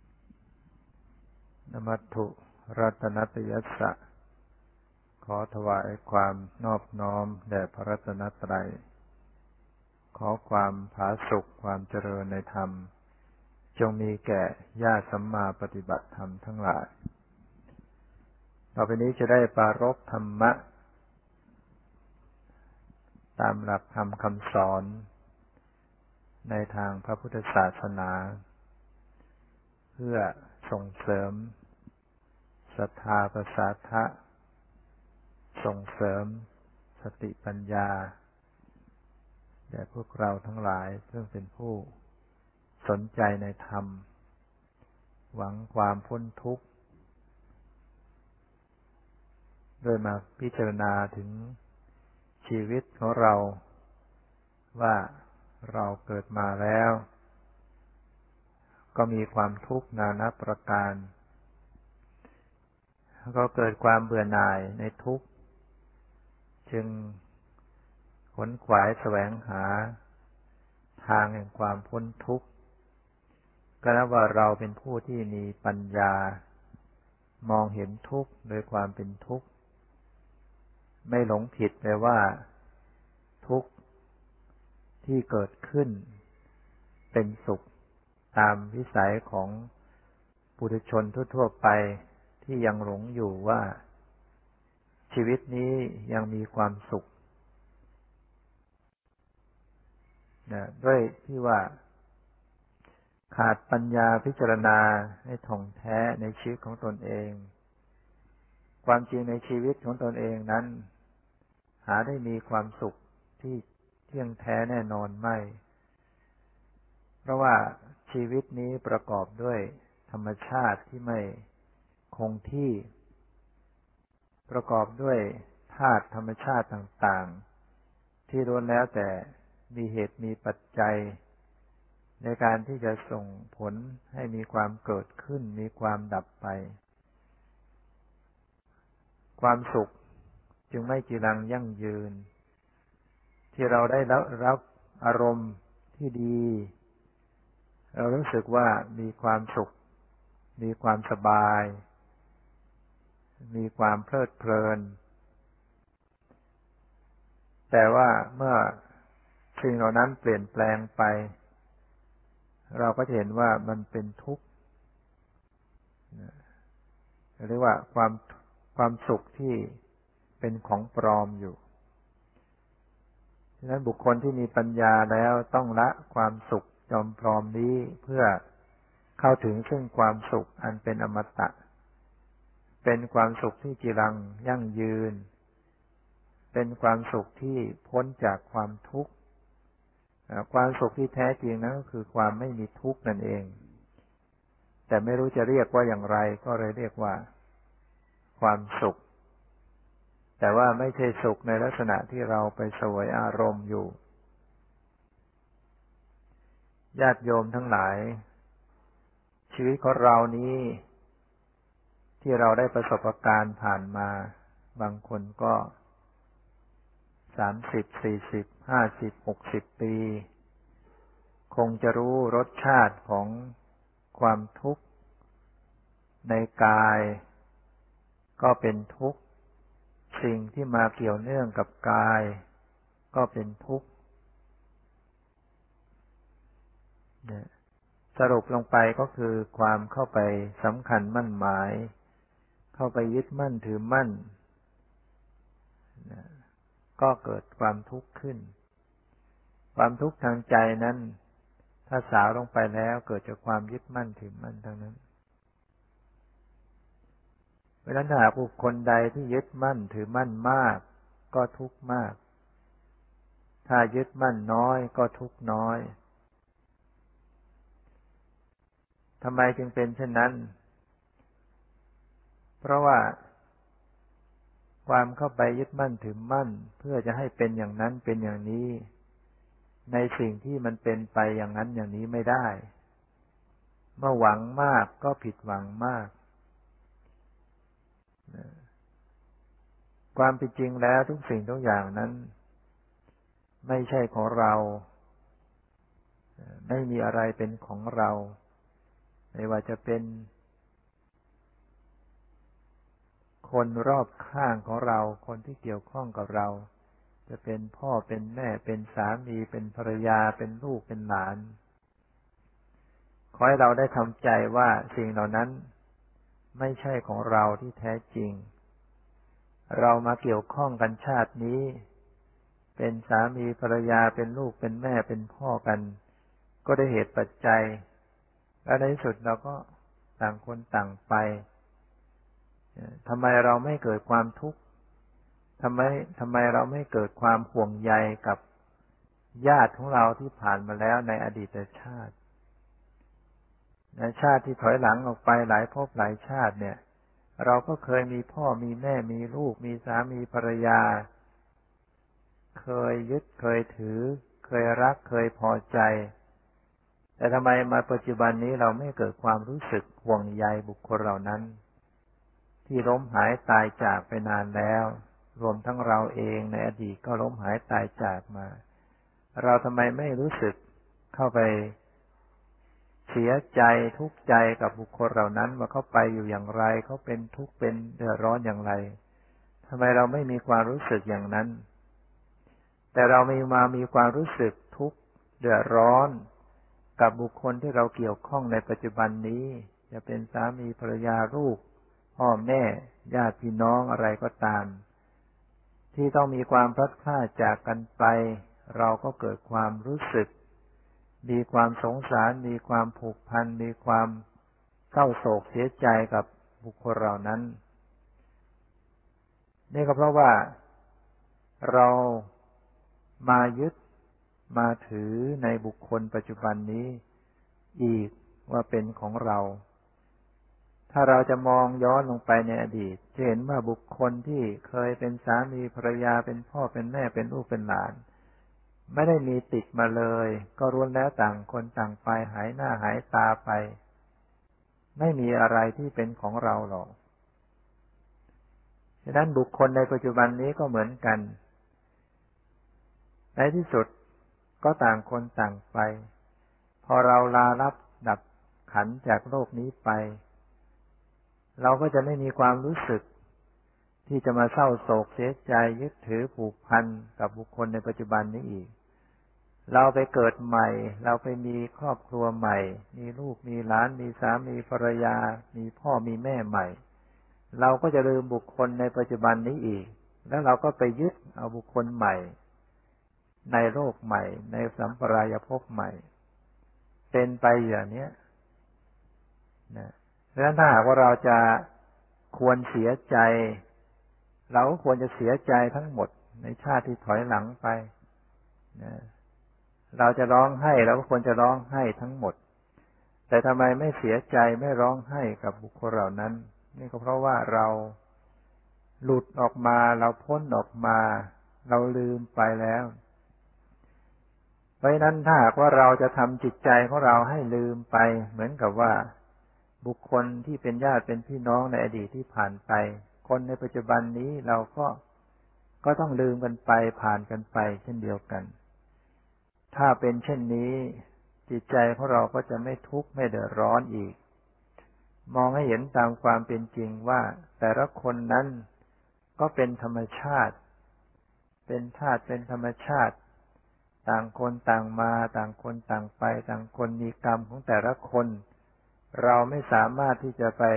Speaker 1: นมัตถุรัตนัตยัสสะขอถวายความนอบน้อมแด่พระรัตนตรัยขอความผาสุกความเจริญในธรรมจงมีแก่ญาติสัมมาปฏิบัติธรรมทั้งหลายต่อไปนี้จะได้ปรารภธรรมะตามหลักธรรมคำสอนในทางพระพุทธศาสนาเพื่อส่งเสริมศรัทธาประสาทะส่งเสริมสติปัญญาแด่พวกเราทั้งหลายซึ่งเป็นผู้สนใจในธรรมหวังความพ้นทุกข์โดยมาพิจารณาถึงชีวิตของเราว่าเราเกิดมาแล้วก็มีความทุกข์นานาประการก็เกิดความเบื่อหน่ายในทุกข์จึงขวนขวายแสวงหาทางแห่งความพ้นทุกข์ก็นับว่าเราเป็นผู้ที่มีปัญญามองเห็นทุกข์โดยความเป็นทุกข์ไม่หลงผิดไปว่าทุกข์ที่เกิดขึ้นเป็นสุขตามวิสัยของปุถุชนทั่วๆไปที่ยังหลงอยู่ว่าชีวิตนี้ยังมีความสุขนะด้วยที่ว่าขาดปัญญาพิจารณาให้ท่องแท้ในชีวิตของตนเองความจริงในชีวิตของตนเองนั้นหาได้มีความสุขที่เที่ยงแท้แน่นอนไม่เพราะว่าชีวิตนี้ประกอบด้วยธรรมชาติที่ไม่คงที่ประกอบด้วยธาตุธรรมชาติต่างๆที่ล้วนแล้วแต่มีเหตุมีปัจจัยในการที่จะส่งผลให้มีความเกิดขึ้นมีความดับไปความสุขจึงไม่จีรังยั่งยืนที่เราได้รับอารมณ์ที่ดีเรารู้สึกว่ามีความสุขมีความสบายมีความเพลิดเพลินแต่ว่าเมื่อสิ่งเหล่านั้นเปลี่ยนแปลงไปเราก็จะเห็นว่ามันเป็นทุกข์เรียกว่าความความสุขที่เป็นของปลอมอยู่ฉะนั้นบุคคลที่มีปัญญาแล้วต้องละความสุขจอมปลอมนี้เพื่อเข้าถึงซึ่งความสุขอันเป็นอมตะเป็นความสุขที่จีรังยั่งยืนเป็นความสุขที่พ้นจากความทุกข์ความสุขที่แท้จริงนั้นก็คือความไม่มีทุกข์นั่นเองแต่ไม่รู้จะเรียกว่าอย่างไรก็เลยเรียกว่าความสุขแต่ว่าไม่ใช่สุขในลักษณะที่เราไปเสวยอารมณ์อยู่ญาติโยมทั้งหลายชีวิตของเรานี้ที่เราได้ประสบการณ์ผ่านมาบางคนก็สามสิบ สี่สิบ ห้าสิบ หกสิบปีคงจะรู้รสชาติของความทุกข์ในกายก็เป็นทุกข์สิ่งที่มาเกี่ยวเนื่องกับกายก็เป็นทุกข์สรุปลงไปก็คือความเข้าไปสำคัญมั่นหมายเข้าไปยึดมั่นถือมั่นก็เกิดความทุกข์ขึ้นความทุกข์ทางใจนั้นถ้าสาวลงไปแล้วเกิดจากความยึดมั่นถือมั่นทั้งนั้นเพราะฉะนั้นหากบุคคลใดที่ยึดมั่นถือมั่นมากก็ทุกข์มากถ้ายึดมั่นน้อยก็ทุกข์น้อยทำไมจึงเป็นเช่นนั้นเพราะว่าความเข้าไปยึดมั่นถือมั่นเพื่อจะให้เป็นอย่างนั้นเป็นอย่างนี้ในสิ่งที่มันเป็นไปอย่างนั้นอย่างนี้ไม่ได้เมื่อหวังมากก็ผิดหวังมากความเป็นจริงแล้วทุกสิ่งทุกอย่างนั้นไม่ใช่ของเราไม่มีอะไรเป็นของเราไม่ว่าจะเป็นคนรอบข้างของเราคนที่เกี่ยวข้องกับเราจจะเป็นพ่อเป็นแม่เป็นสามีเป็นภรรยาเป็นลูกเป็นหลานขอให้เราได้ทำใจว่าสิ่งเหล่านั้นไม่ใช่ของเราที่แท้จริงเรามาเกี่ยวข้องกันชาตินี้เป็นสามีภรรยาเป็นลูกเป็นแม่เป็นพ่อกันก็ได้เหตุปัจจัยและในที่สุดเราก็ต่างคนต่างไปทำไมเราไม่เกิดความทุกข์ทำไมทำไมเราไม่เกิดความห่วงใยกับญาติของเราที่ผ่านมาแล้วในอดีตชาติในชาติที่ถอยหลังออกไปหลายภพหลายชาติเนี่ยเราก็เคยมีพ่อมีแม่มีลูกมีสามีภรรยาเคยยึดเคยถือเคยรักเคยพอใจแต่ทำไมมาปัจจุบันนี้เราไม่เกิดความรู้สึกห่วงใยบุคคลเหล่านั้นที่ล้มหายตายจากไปนานแล้วรวมทั้งเราเองในอดีตก็ล้มหายตายจากมาเราทำไมไม่รู้สึกเข้าไปเสียใจทุกข์ใจกับบุคคลเหล่านั้นว่าเขาไปอยู่อย่างไรเขาเป็นทุกข์เป็นเดือดร้อนอย่างไรทำไมเราไม่มีความรู้สึกอย่างนั้นแต่เรามีมามีความรู้สึกทุกข์เดือดร้อนกับบุคคลที่เราเกี่ยวข้องในปัจจุบันนี้จะเป็นสามีภรรยาลูกพ่อแม่ญาติพี่น้องอะไรก็ตามที่ต้องมีความพลัดพรากจากกันไปเราก็เกิดความรู้สึกมีความสงสารมีความผูกพันมีความเศร้าโศกเสียใจกับบุคคลเหล่านั้นนี่ก็เพราะว่าเรามายึดมาถือในบุคคลปัจจุบันนี้อีกว่าเป็นของเราถ้าเราจะมองย้อนลงไปในอดีตจะเห็นว่าบุคคลที่เคยเป็นสามีภรรยาเป็นพ่อเป็นแม่เป็นลูกเป็นหลานไม่ได้มีติดมาเลยก็ล้วนแล้วต่างคนต่างไปหายหน้าหายตาไปไม่มีอะไรที่เป็นของเราหรอกฉะนั้นบุคคลในปัจจุบันนี้ก็เหมือนกันในที่สุดก็ต่างคนต่างไปพอเราลาลับดับขันธ์จากโลกนี้ไปเราก็จะไม่มีความรู้สึกที่จะมาเศร้าโศกเสียใจยึดถือผูกพันกับบุคคลในปัจจุบันนี้อีกเราไปเกิดใหม่เราไปมีครอบครัวใหม่มีลูกมีหลานมีสามีภรรยามีพ่อมีแม่ใหม่เราก็จะลืมบุคคลในปัจจุบันนี้อีกแล้วเราก็ไปยึดเอาบุคคลใหม่ในโลกใหม่ในสัมปรายภพใหม่เป็นไปอย่างนี้นะดังนั้นถ้าหากว่าเราจะควรเสียใจเราก็ควรจะเสียใจทั้งหมดในชาติที่ถอยหลังไปนะเราจะร้องไห้เราก็ควรจะร้องไห้ทั้งหมดแต่ทำไมไม่เสียใจไม่ร้องไห้กับบุคคลเหล่านั้นนี่ก็เพราะว่าเราหลุดออกมาเราพ้นออกมาเราลืมไปแล้วเพราะฉะนั้นถ้าหากว่าเราจะทำจิตใจของเราให้ลืมไปเหมือนกับว่าบุคคลที่เป็นญาติเป็นพี่น้องในอดีตที่ผ่านไปคนในปัจจุบันนี้เราก็ก็ต้องลืมกันไปผ่านกันไปเช่นเดียวกันถ้าเป็นเช่นนี้จิตใจของเราก็จะไม่ทุกข์ไม่เดือดร้อนอีกมองให้เห็นตามความเป็นจริงว่าแต่ละคนนั้นก็เป็นธรรมชาติเป็นธาตุเป็นธรรมชาติต่างคนต่างมาต่างคนต่างไปต่างคนมีกรรมของแต่ละคนเราไม่สามารถที่จะไป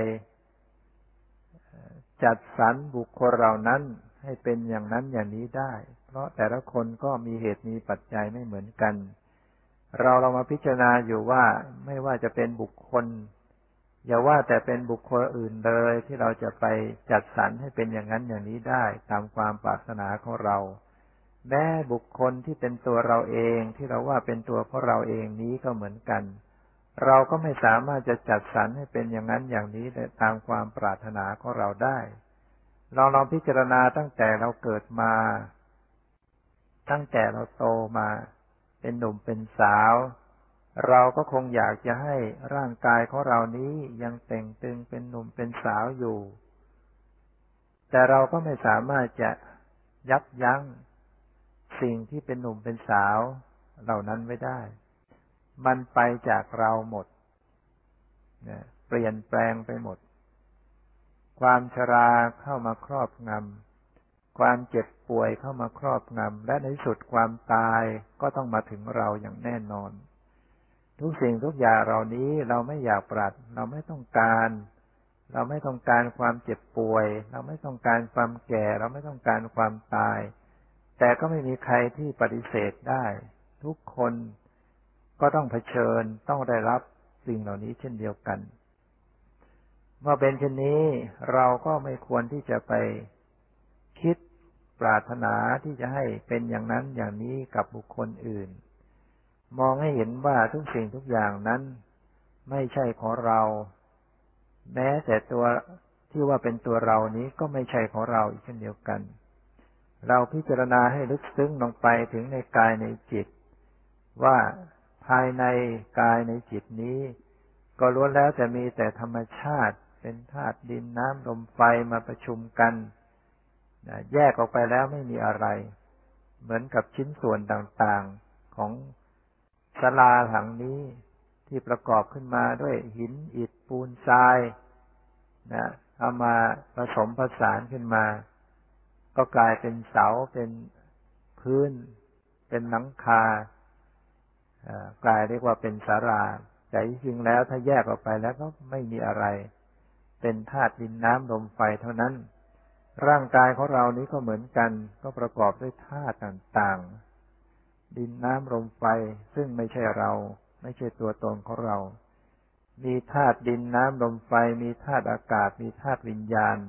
Speaker 1: จัดสรรบุคคลเหล่านั้นให้เป็นอย่างนั้นอย่างนี้ได้เพราะแต่ละคนก็มีเหตุมีปัจจัยไม่เหมือนกันเราเรามาพิจารณาอยู่ว่าไม่ว่าจะเป็นบุคคลอย่าว่าแต่เป็นบุคคลอื่นเลยที่เราจะไปจัดสรรให้เป็นอย่างนั้นอย่างนี้ได้ตามความปรารถนาของเราแม้บุคคลที่เป็นตัวเราเองที่เราว่าเป็นตัวของเราเองนี้ก็เหมือนกันเราก็ไม่สามารถจะจัดสรรให้เป็นอย่างนั้นอย่างนี้ตามความปรารถนาของเราได้เราลองพิจารณาตั้งแต่เราเกิดมาตั้งแต่เราโตมาเป็นหนุ่มเป็นสาวเราก็คงอยากจะให้ร่างกายของเรานี้ยังเต่งตึงเป็นหนุ่มเป็นสาวอยู่แต่เราก็ไม่สามารถจะยับยั้งสิ่งที่เป็นหนุ่มเป็นสาวเหล่านั้นไว้ได้มันไปจากเราหมดนะเปลี่ยนแปลงไปหมดความชราเข้ามาครอบงความเจ็บป่วยเข้ามาครอบงำและในที่สุดความตายก็ต้องมาถึงเราอย่างแน่นอนทุกสิ่งทุกอย่างเหล่านี้เราไม่อยากปรารถนาเราไม่ต้องการเราไม่ต้องการความเจ็บป่วยเราไม่ต้องการความแก่เราไม่ต้องการความตายแต่ก็ไม่มีใครที่ปฏิเสธได้ทุกคนก็ต้องเผชิญต้องได้รับสิ่งเหล่านี้เช่นเดียวกันเมื่อเป็นเช่นนี้เราก็ไม่ควรที่จะไปคิดปรารถนาที่จะให้เป็นอย่างนั้นอย่างนี้กับบุคคลอื่นมองให้เห็นว่าทุกสิ่งทุกอย่างนั้นไม่ใช่ของเราแม้แต่ตัวที่ว่าเป็นตัวเรานี้ก็ไม่ใช่ของเราอีกเช่นเดียวกันเราพิจารณาให้ลึกซึ้งลงไปถึงในกายในจิตว่าภายในกายในจิตนี้ก็ล้วนแล้วแต่มีแต่ธรรมชาติเป็นธาตุดินน้ำลมไฟมาประชุมกันแยกออกไปแล้วไม่มีอะไรเหมือนกับชิ้นส่วนต่างๆของศาลาหลังนี้ที่ประกอบขึ้นมาด้วยหินอิฐปูนทรายนะเอามาผสมผสานขึ้นมาก็กลายเป็นเสาเป็นพื้นเป็นหลังคากลายเรียกว่าเป็นศาลาแต่จริงๆแล้วถ้าแยกออกไปแล้วก็ไม่มีอะไรเป็นธาตุดินน้ำลมไฟเท่านั้นร่างกายของเรานี้ก็เหมือนกันก็ประกอบด้วยธาตุต่างๆดินน้ำลมไฟซึ่งไม่ใช่เราไม่ใช่ตัวตนของเรามีธาตุดินน้ำลมไฟมีธาตุอากาศมีธาตุวิญญาณ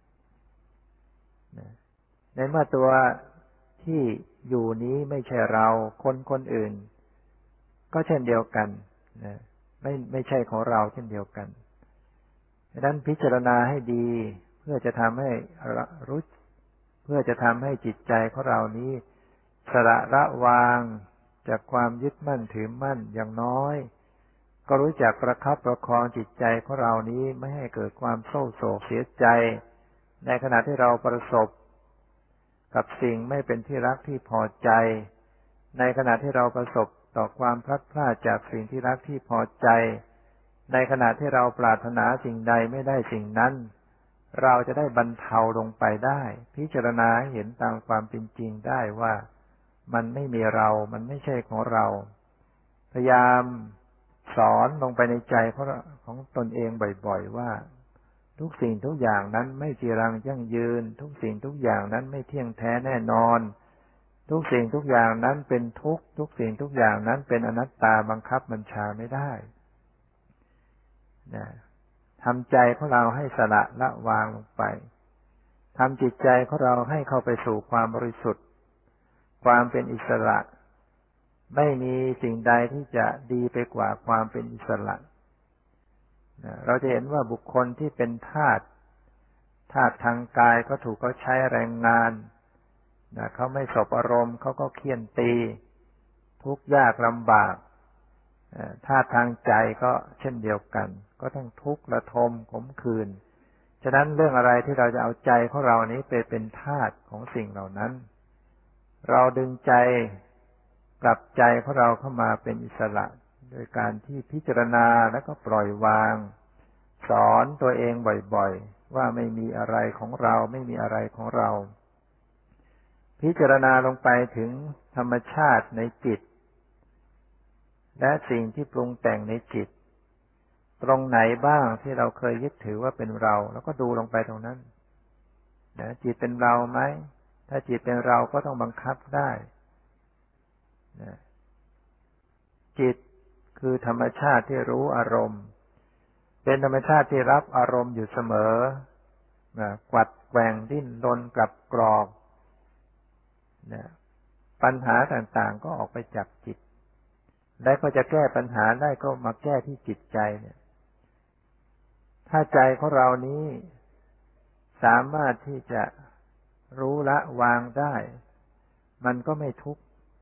Speaker 1: ในเมื่อตัวที่อยู่นี้ไม่ใช่เราคนคนอื่นก็เช่นเดียวกันนะไม่ไม่ใช่ของเราเช่นเดียวกันดังนั้นพิจารณาให้ดีเพื่อจะทำให้รู้เพื่อจะทำให้จิตใจของเรานี้สละละวางจากความยึดมั่นถือมั่นอย่างน้อยก็รู้จักประคับประคองจิตใจของเรานี้ไม่ให้เกิดความเศร้าโศกเสียใจในขณะที่เราประสบกับสิ่งไม่เป็นที่รักที่พอใจในขณะที่เราประสบต่อความพลัดพรากจากสิ่งที่รักที่พอใจในขณะที่เราปรารถนาสิ่งใดไม่ได้สิ่งนั้นเราจะได้บรรเทาลงไปได้พิจารณาเห็นตามความเป็นจริงได้ว่ามันไม่มีเรามันไม่ใช่ของเราพยายามสอนลงไปในใจของตนเองบ่อยๆว่าทุกสิ่งทุกอย่างนั้นไม่จีรังยั่งยืนทุกสิ่งทุกอย่างนั้นไม่เที่ยงแท้แน่นอนทุกสิ่งทุกอย่างนั้นเป็นทุกข์ทุกสิ่งทุกอย่างนั้นเป็นอนัตตาบังคับบัญชาไม่ได้นะทำใจของเราให้สละละวางลงไปทำจิตใจของเราให้เข้าไปสู่ความบริสุทธิ์ความเป็นอิสระไม่มีสิ่งใดที่จะดีไปกว่าความเป็นอิสระนะเราจะเห็นว่าบุคคลที่เป็นทาสทาสทางกายก็ถูกเขาใช้แรงงานนะเขาไม่สบอารมณ์เขาก็เฆี่ยนตีทุกข์ยากลำบากทาสทางใจก็เช่นเดียวกันก็ต้องทุกข์ระทมขมขื่นฉะนั้นเรื่องอะไรที่เราจะเอาใจของเรานี้ไปเป็นทาสของสิ่งเหล่านั้นเราดึงใจกลับใจของเราเข้ามาเป็นอิสระโดยการที่พิจารณาแล้วก็ปล่อยวางสอนตัวเองบ่อยๆว่าไม่มีอะไรของเราไม่มีอะไรของเราพิจารณาลงไปถึงธรรมชาติในจิตและสิ่งที่ปรุงแต่งในจิตตรงไหนบ้างที่เราเคยยึดถือว่าเป็นเราแล้วก็ดูลงไปตรงนั้นนะจิตเป็นเราไหมถ้าจิตเป็นเราก็ต้องบังคับได้นะจิตคือธรรมชาติที่รู้อารมณ์เป็นธรรมชาติที่รับอารมณ์อยู่เสมอนะกวัดแกว่งดิ้นรนกลับกรอกนะปัญหาต่างๆก็ออกไปจากจิตและก็จะแก้ปัญหาได้ก็มาแก้ที่จิตใจเนี่ยถ้าใจของเรานี้สามารถที่จะรู้ละวางได้มันก็ไม่ทุกข์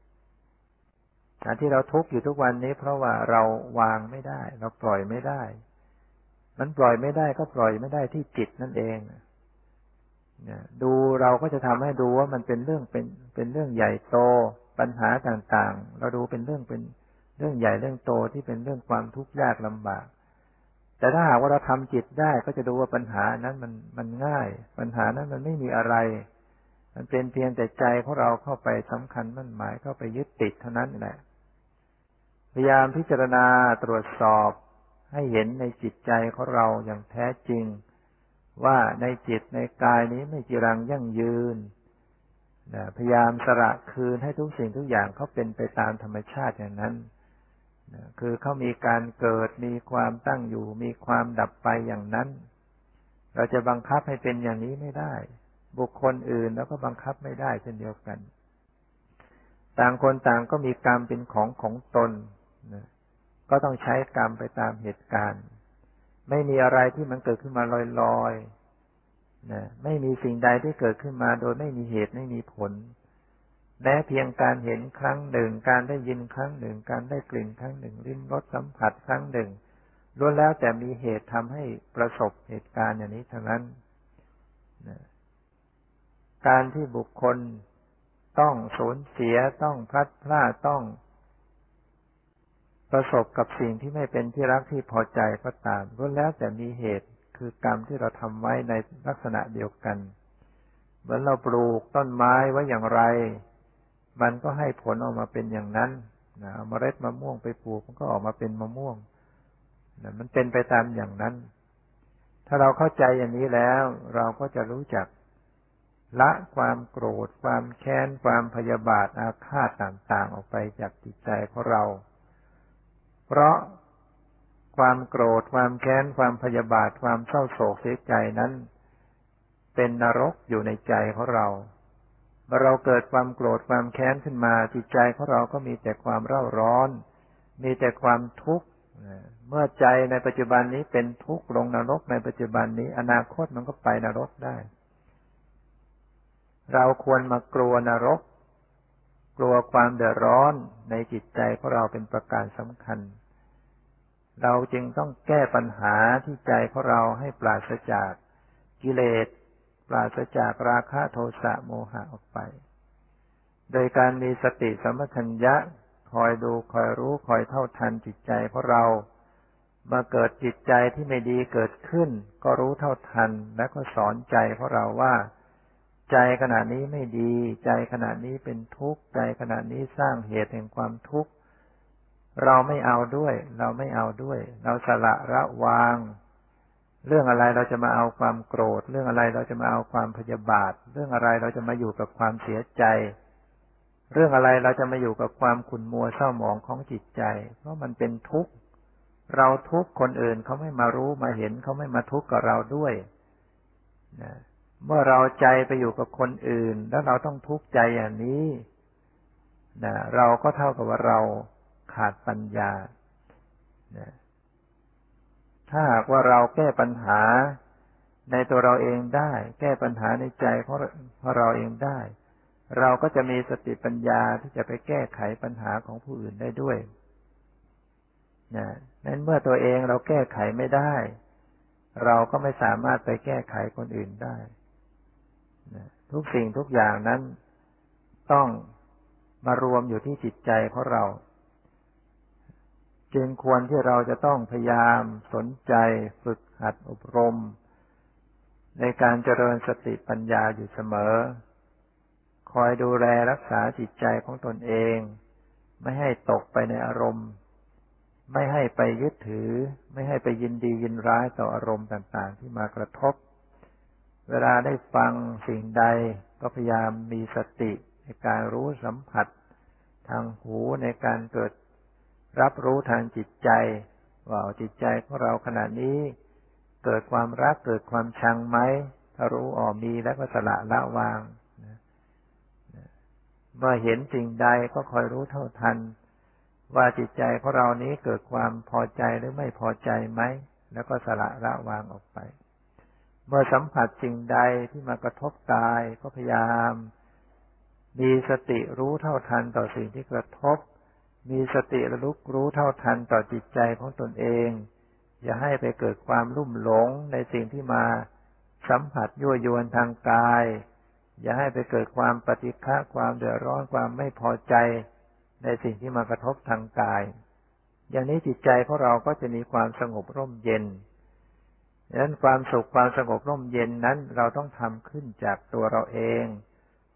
Speaker 1: ที่เราทุกข์อยู่ทุกวันนี้เพราะว่าเราวางไม่ได้เราปล่อยไม่ได้มันปล่อยไม่ได้ก็ปล่อยไม่ได้ที่จิตนั่นเองดูเราก็จะทำให้ดูว่ามันเป็นเรื่องเป็นเป็นเรื่องใหญ่โตปัญหาต่างๆเราดูเป็นเรื่องเป็นเรื่องใหญ่เรื่องโตที่เป็นเรื่องความทุกข์ยากลำบากแต่ถ้าหากว่าเราทำจิตได้ก็จะดูว่าปัญหานั้นมันมันง่ายปัญหานั้นมันไม่มีอะไรมันเป็นเพียงแต่ใจของเราเข้าไปสำคัญมั่นหมายเข้าไปยึดติดเท่านั้นแหละพยายามพิจารณาตรวจสอบให้เห็นในจิตใจของเราอย่างแท้จริงว่าในจิตในกายนี้ไม่จีรังยั่งยืนพยายามสละคืนให้ทุกสิ่งทุกอย่างเขาเป็นไปตามธรรมชาติอย่างนั้นคือเขามีการเกิดมีความตั้งอยู่มีความดับไปอย่างนั้นเราจะบังคับให้เป็นอย่างนี้ไม่ได้บุคคลอื่นแล้วก็บังคับไม่ได้เช่นเดียวกันต่างคนต่างก็มีกรรมเป็นของของตนนะก็ต้องใช้กรรมไปตามเหตุการณ์ไม่มีอะไรที่มันเกิดขึ้นมาลอยๆนะไม่มีสิ่งใดที่เกิดขึ้นมาโดยไม่มีเหตุไม่มีผลแม้เพียงการเห็นครั้งหนึ่งการได้ยินครั้งหนึ่งการได้กลิ่นครั้งหนึ่งลิ้มรสสัมผัสครั้งหนึ่งล้วนแล้วแต่มีเหตุทำให้ประสบเหตุการณ์อย่างนี้ทั้งนั้นนะการที่บุคคลต้องสูญเสียต้องพลัดพรากต้องประสบกับสิ่งที่ไม่เป็นที่รักที่พอใจก็ตามล้วนแล้วแต่มีเหตุคือกรรมที่เราทำไว้ในลักษณะเดียวกันเหมือนเราปลูกต้นไม้ไว้อย่างไรมันก็ให้ผลออกมาเป็นอย่างนั้นนะเอาเมล็ดมะม่วงไปปลูกมันก็ออกมาเป็นมะม่วงนะมันเป็นไปตามอย่างนั้นถ้าเราเข้าใจอย่างนี้แล้วเราก็จะรู้จักละความโกรธความแค้นความพยาบาทอาฆาตต่างๆออกไปจากจิตใจของเราเพราะความโกรธความแค้นความพยาบาทความเศร้าโศกเสียใจนั้นเป็นนรกอยู่ในใจของเราเมื่อเราเกิดความโกรธความแค้นขึ้นมาจิตใจของเราก็มีแต่ความเร่าร้อนมีแต่ความทุกข์เมื่อใจในปัจจุบันนี้เป็นทุกข์ลงนรกในปัจจุบันนี้อนาคตมันก็ไปนรกได้เราควรมากลัวนรกกลัวความเดือดร้อนในจิตใจของเราเป็นประการสำคัญเราจึงต้องแก้ปัญหาที่ใจของเราให้ปราศจากกิเลสปราศจากราคะโทสะโมหะออกไปโดยการมีสติสัมปชัญญะคอยดูคอยรู้คอยเท่าทันจิตใจของเราเมื่อเกิดจิตใจที่ไม่ดีเกิดขึ้นก็รู้เท่าทันและก็สอนใจของเราว่าใจขณะนี้ไม่ดีใจขณะนี้เป็นทุกข์ใจขณะนี้สร้างเหตุแห่งความทุกข์เราไม่เอาด้วยเราไม่เอาด้วยเราสละละวางเรื่องอะไรเราจะมาเอาความโกรธเรื่องอะไรเราจะมาเอาความพยาบาทเรื่องอะไรเราจะมาอยู่กับความเสียใจเรื่องอะไรเราจะมาอยู่กับความขุ่นมัวเศร้าหมองของจิตใจเพราะมันเป็นทุกข์เราทุกข์คนอื่นเขาไม่มารู้มาเห็นเขาไม่มาทุกข์กับเราด้วยนะเมื่อเราใจไปอยู่กับคนอื่นแล้วเราต้องทุกข์ใจอย่างนี้นะเราก็เท่ากับว่าเราขาดปัญญานะถ้าหากว่าเราแก้ปัญหาในตัวเราเองได้แก้ปัญหาในใจของเราเองได้เราก็จะมีสติปัญญาที่จะไปแก้ไขปัญหาของผู้อื่นได้ด้วยนะนั้นเมื่อตัวเองเราแก้ไขไม่ได้เราก็ไม่สามารถไปแก้ไขคนอื่นได้นะทุกสิ่งทุกอย่างนั้นต้องมารวมอยู่ที่จิตใจของเราจึงควรที่เราจะต้องพยายามสนใจฝึกหัดอบรมในการเจริญสติปัญญาอยู่เสมอคอยดูแลรักษาจิตใจของตนเองไม่ให้ตกไปในอารมณ์ไม่ให้ไปยึดถือไม่ให้ไปยินดียินร้ายต่ออารมณ์ต่างๆที่มากระทบเวลาได้ฟังสิ่งใดก็พยายามมีสติในการรู้สัมผัสทางหูในการเกิดรับรู้ทางจิตใจว่าจิตใจของเราขณะนี้เกิดความรักเกิดความชังไหมถ้ารู้อ๋อมีแล้วก็สละละวางเมื่อเห็นสิ่งใดก็คอยรู้เท่าทันว่าจิตใจของเรานี้เกิดความพอใจหรือไม่พอใจไหมแล้วก็สละละวางออกไปเมื่อสัมผัสสิ่งใดที่มากระทบกายก็พยายามมีสติรู้เท่าทันต่อสิ่งที่กระทบมีสติระลึกรู้เท่าทันต่อจิตใจของตนเองอย่าให้ไปเกิดความลุ่มหลงในสิ่งที่มาสัมผัสยั่วยวนทางกายอย่าให้ไปเกิดความปฏิฆะความเดือดร้อนความไม่พอใจในสิ่งที่มากระทบทางกายอย่างนี้จิตใจของเราก็จะมีความสงบร่มเย็นดังนั้นความสุขความสงบร่มเย็นนั้นเราต้องทำขึ้นจากตัวเราเอง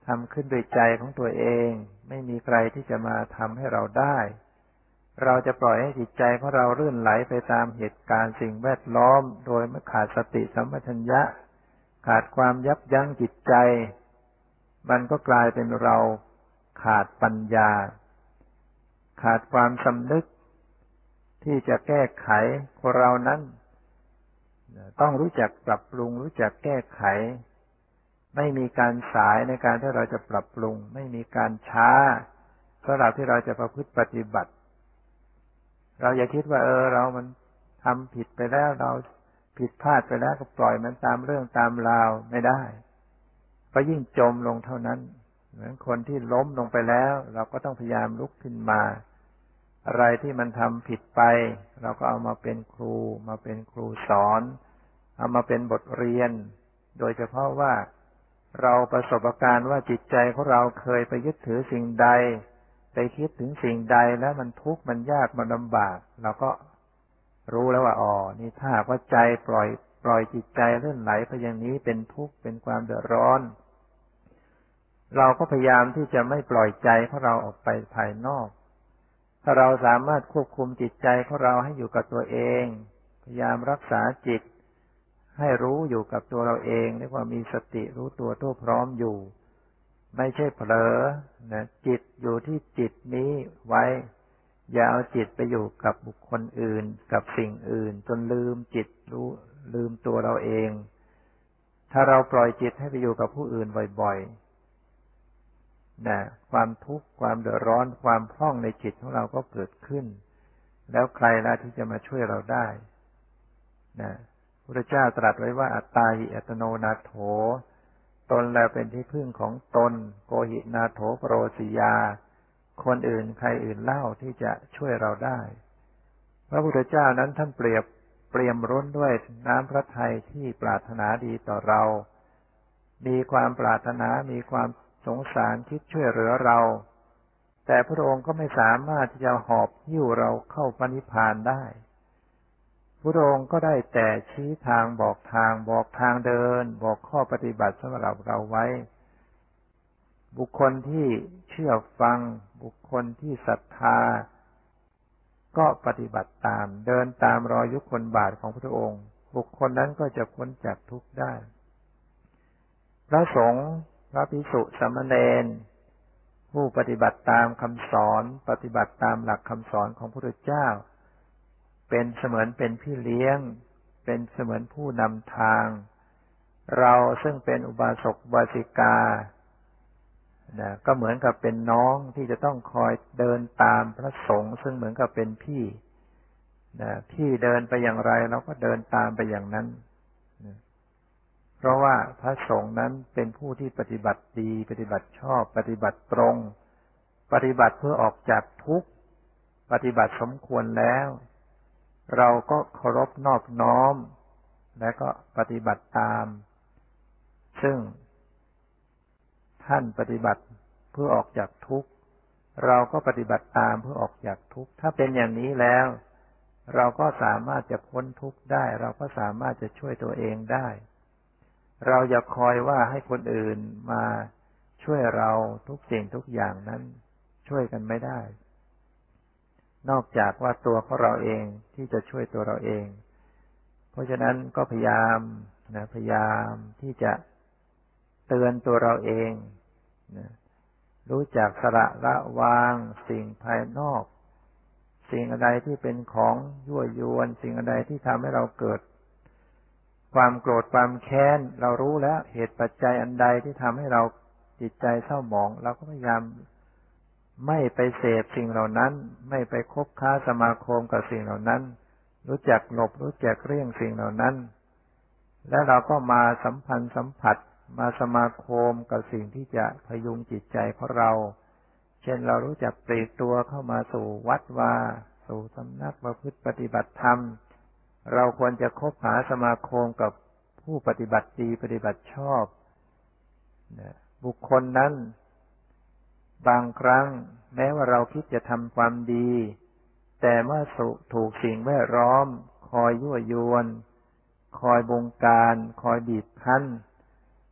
Speaker 1: ทำขึ้นด้วยใจของตัวเองไม่มีใครที่จะมาทำให้เราได้เราจะปล่อยให้จิตใจของเราลื่นไหลไปตามเหตุการณ์สิ่งแวดล้อมโดยไม่ขาดสติสัมปชัญญะขาดความยับยั้งจิตใจมันก็กลายเป็นเราขาดปัญญาขาดความสำนึกที่จะแก้ไขคนเรานั้นต้องรู้จักปรับปรุงรู้จักแก้ไขไม่มีการสายในการที่เราจะปรับปรุงไม่มีการช้าสำหรับที่เราจะประพฤติปฏิบัติเราอย่าคิดว่าเออเรามันทำผิดไปแล้วเราผิดพลาดไปแล้วก็ปล่อยมันตามเรื่องตามราวไม่ได้เพราะยิ่งจมลงเท่านั้นเหมือนคนที่ล้มลงไปแล้วเราก็ต้องพยายามลุกขึ้นมาอะไรที่มันทำผิดไปเราก็เอามาเป็นครูมาเป็นครูสอนเอามาเป็นบทเรียนโดยเฉพาะว่าเราประสบการณ์ว่าจิตใจของเราเคยไปยึดถือสิ่งใดไปคิดถึงสิ่งใดแล้วมันทุกข์มันยากมันลำบากเราก็รู้แล้วว่าอ๋อนี่ถ้าว่าใจปล่อยปล่อยจิตใจเลื่อนไหลไปอย่างนี้เป็นทุกข์เป็นความเดือดร้อนเราก็พยายามที่จะไม่ปล่อยใจของเราออกไปภายนอกถ้าเราสามารถควบคุมจิตใจของเราให้อยู่กับตัวเองพยายามรักษาจิตให้รู้อยู่กับตัวเราเองเรียกว่ามีสติรู้ตัวทั่วพร้อมอยู่ไม่ใช่เผลอนะจิตอยู่ที่จิตนี้ไว้อย่าเอาจิตไปอยู่กับบุคคลอื่นกับสิ่งอื่นจนลืมจิตรู้ลืมตัวเราเองถ้าเราปล่อยจิตให้ไปอยู่กับผู้อื่นบ่อยๆนะความทุกข์ความเดือดร้อนความพร่องในจิตของเราก็เกิดขึ้นแล้วใครล่ะที่จะมาช่วยเราได้นะพระพุทธเจ้าตรัสไว้ว่าอัตตาหิอัตโนนาโถตนแล้วเป็นที่พึ่งของตนโกหินาโถปโรสิยาคนอื่นใครอื่นเล่าที่จะช่วยเราได้พระพุทธเจ้านั้นท่านเปรียบเปรียมร้นด้วยน้ำพระทัยที่ปรารถนาดีต่อเรามีความปรารถนามีความสงสารคิดช่วยเหลือเราแต่พระองค์ก็ไม่สามารถที่จะหอบหิ้วเราเข้าพระนิพพานได้พระองค์ก็ได้แต่ชี้ทางบอกทางบอกทางเดินบอกข้อปฏิบัติสำหรับเราไว้บุคคลที่เชื่อฟังบุคคลที่ศรัทธาก็ปฏิบัติตามเดินตามรอยยุคลบาทของพระองค์บุคคลนั้นก็จะพ้นจากทุกข์ได้พระสงฆ์พระภิกษุสามเณรผู้ปฏิบัติตามคำสอนปฏิบัติตามหลักคำสอนของพระพุทธเจ้าเป็นเสมือนเป็นพี่เลี้ยงเป็นเสมือนผู้นำทางเราซึ่งเป็นอุบาสกอุบาสิกานะก็เหมือนกับเป็นน้องที่จะต้องคอยเดินตามพระสงฆ์ซึ่งเหมือนกับเป็นพี่นะพี่เดินไปอย่างไรเราก็เดินตามไปอย่างนั้นนะเพราะว่าพระสงฆ์นั้นเป็นผู้ที่ปฏิบัติดีปฏิบัติชอบปฏิบัติตรงปฏิบัติเพื่อออกจากทุกข์ปฏิบัติสมควรแล้วเราก็เคารพนอบน้อมและก็ปฏิบัติตามซึ่งท่านปฏิบัติเพื่อออกจากทุกข์เราก็ปฏิบัติตามเพื่อออกจากทุกข์ถ้าเป็นอย่างนี้แล้วเราก็สามารถจะพ้นทุกข์ได้เราก็สามารถจะช่วยตัวเองได้เราอย่าคอยว่าให้คนอื่นมาช่วยเราทุกสิ่งทุกอย่างนั้นช่วยกันไม่ได้นอกจากว่าตัวของเราเองที่จะช่วยตัวเราเองเพราะฉะนั้นก็พยายามนะพยายามที่จะเตือนตัวเราเองนะรู้จักสละละวางสิ่งภายนอกสิ่งอะไรที่เป็นของยั่วยวนสิ่งอะไรที่ทำให้เราเกิดความโกรธความแค้นเรารู้แล้วเหตุปัจจัยอันใดที่ทำให้เราจิตใจเศร้าหมองเราก็พยายามไม่ไปเสพสิ่งเหล่านั้นไม่ไปคบค้าสมาคมกับสิ่งเหล่านั้นรู้จักหลบรู้จักเลี่ยงสิ่งเหล่านั้นแล้วเราก็มาสัมพันธ์สัมผัสมาสมาคมกับสิ่งที่จะพยุงจิตใจของเราเช่นเรารู้จักปลีกตัวเข้ามาสู่วัดวาสู่สำนักประพฤติปฏิบัติธรรมเราควรจะคบหาสมาคมกับผู้ปฏิบัติดีปฏิบัติชอบบุคคลนั้นบางครั้งแม้ว่าเราคิดจะทำความดีแต่เมื่อถูกสิ่งแวดล้อมคอยยั่วยวนคอยบงการคอยบีบคั้น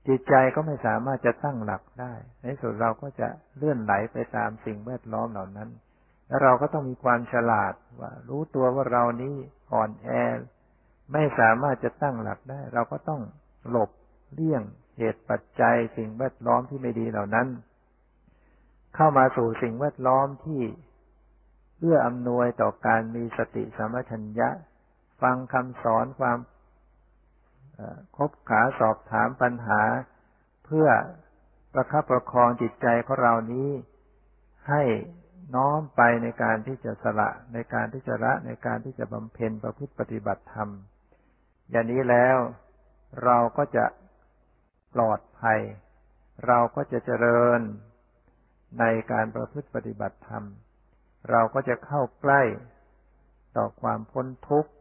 Speaker 1: จิตใจก็ไม่สามารถจะตั้งหลักได้ในสุดเราก็จะเลื่อนไหลไปตามสิ่งแวดล้อมเหล่านั้นแล้วเราก็ต้องมีความฉลาดว่ารู้ตัวว่าเรานี้อ่อนแอไม่สามารถจะตั้งหลักได้เราก็ต้องหลบเลี่ยงเหตุปัจจัยสิ่งแวดล้อมที่ไม่ดีเหล่านั้นเข้ามาสู่สิ่งแวดล้อมที่เอื้ออำนวยต่อการมีสติสัมปชัญญะฟังคำสอนความคบหาสอบถามปัญหาเพื่อประคับประคองจิตใจของเรานี้ให้น้อมไปในการที่จะสละในการที่จะละในการที่จะบำเพ็ญประพฤติปฏิบัติธรรมอย่างนี้แล้วเราก็จะปลอดภัยเราก็จะเจริญในการประพฤติปฏิบัติธรรมเราก็จะเข้าใกล้ต่อความพ้นทุกข์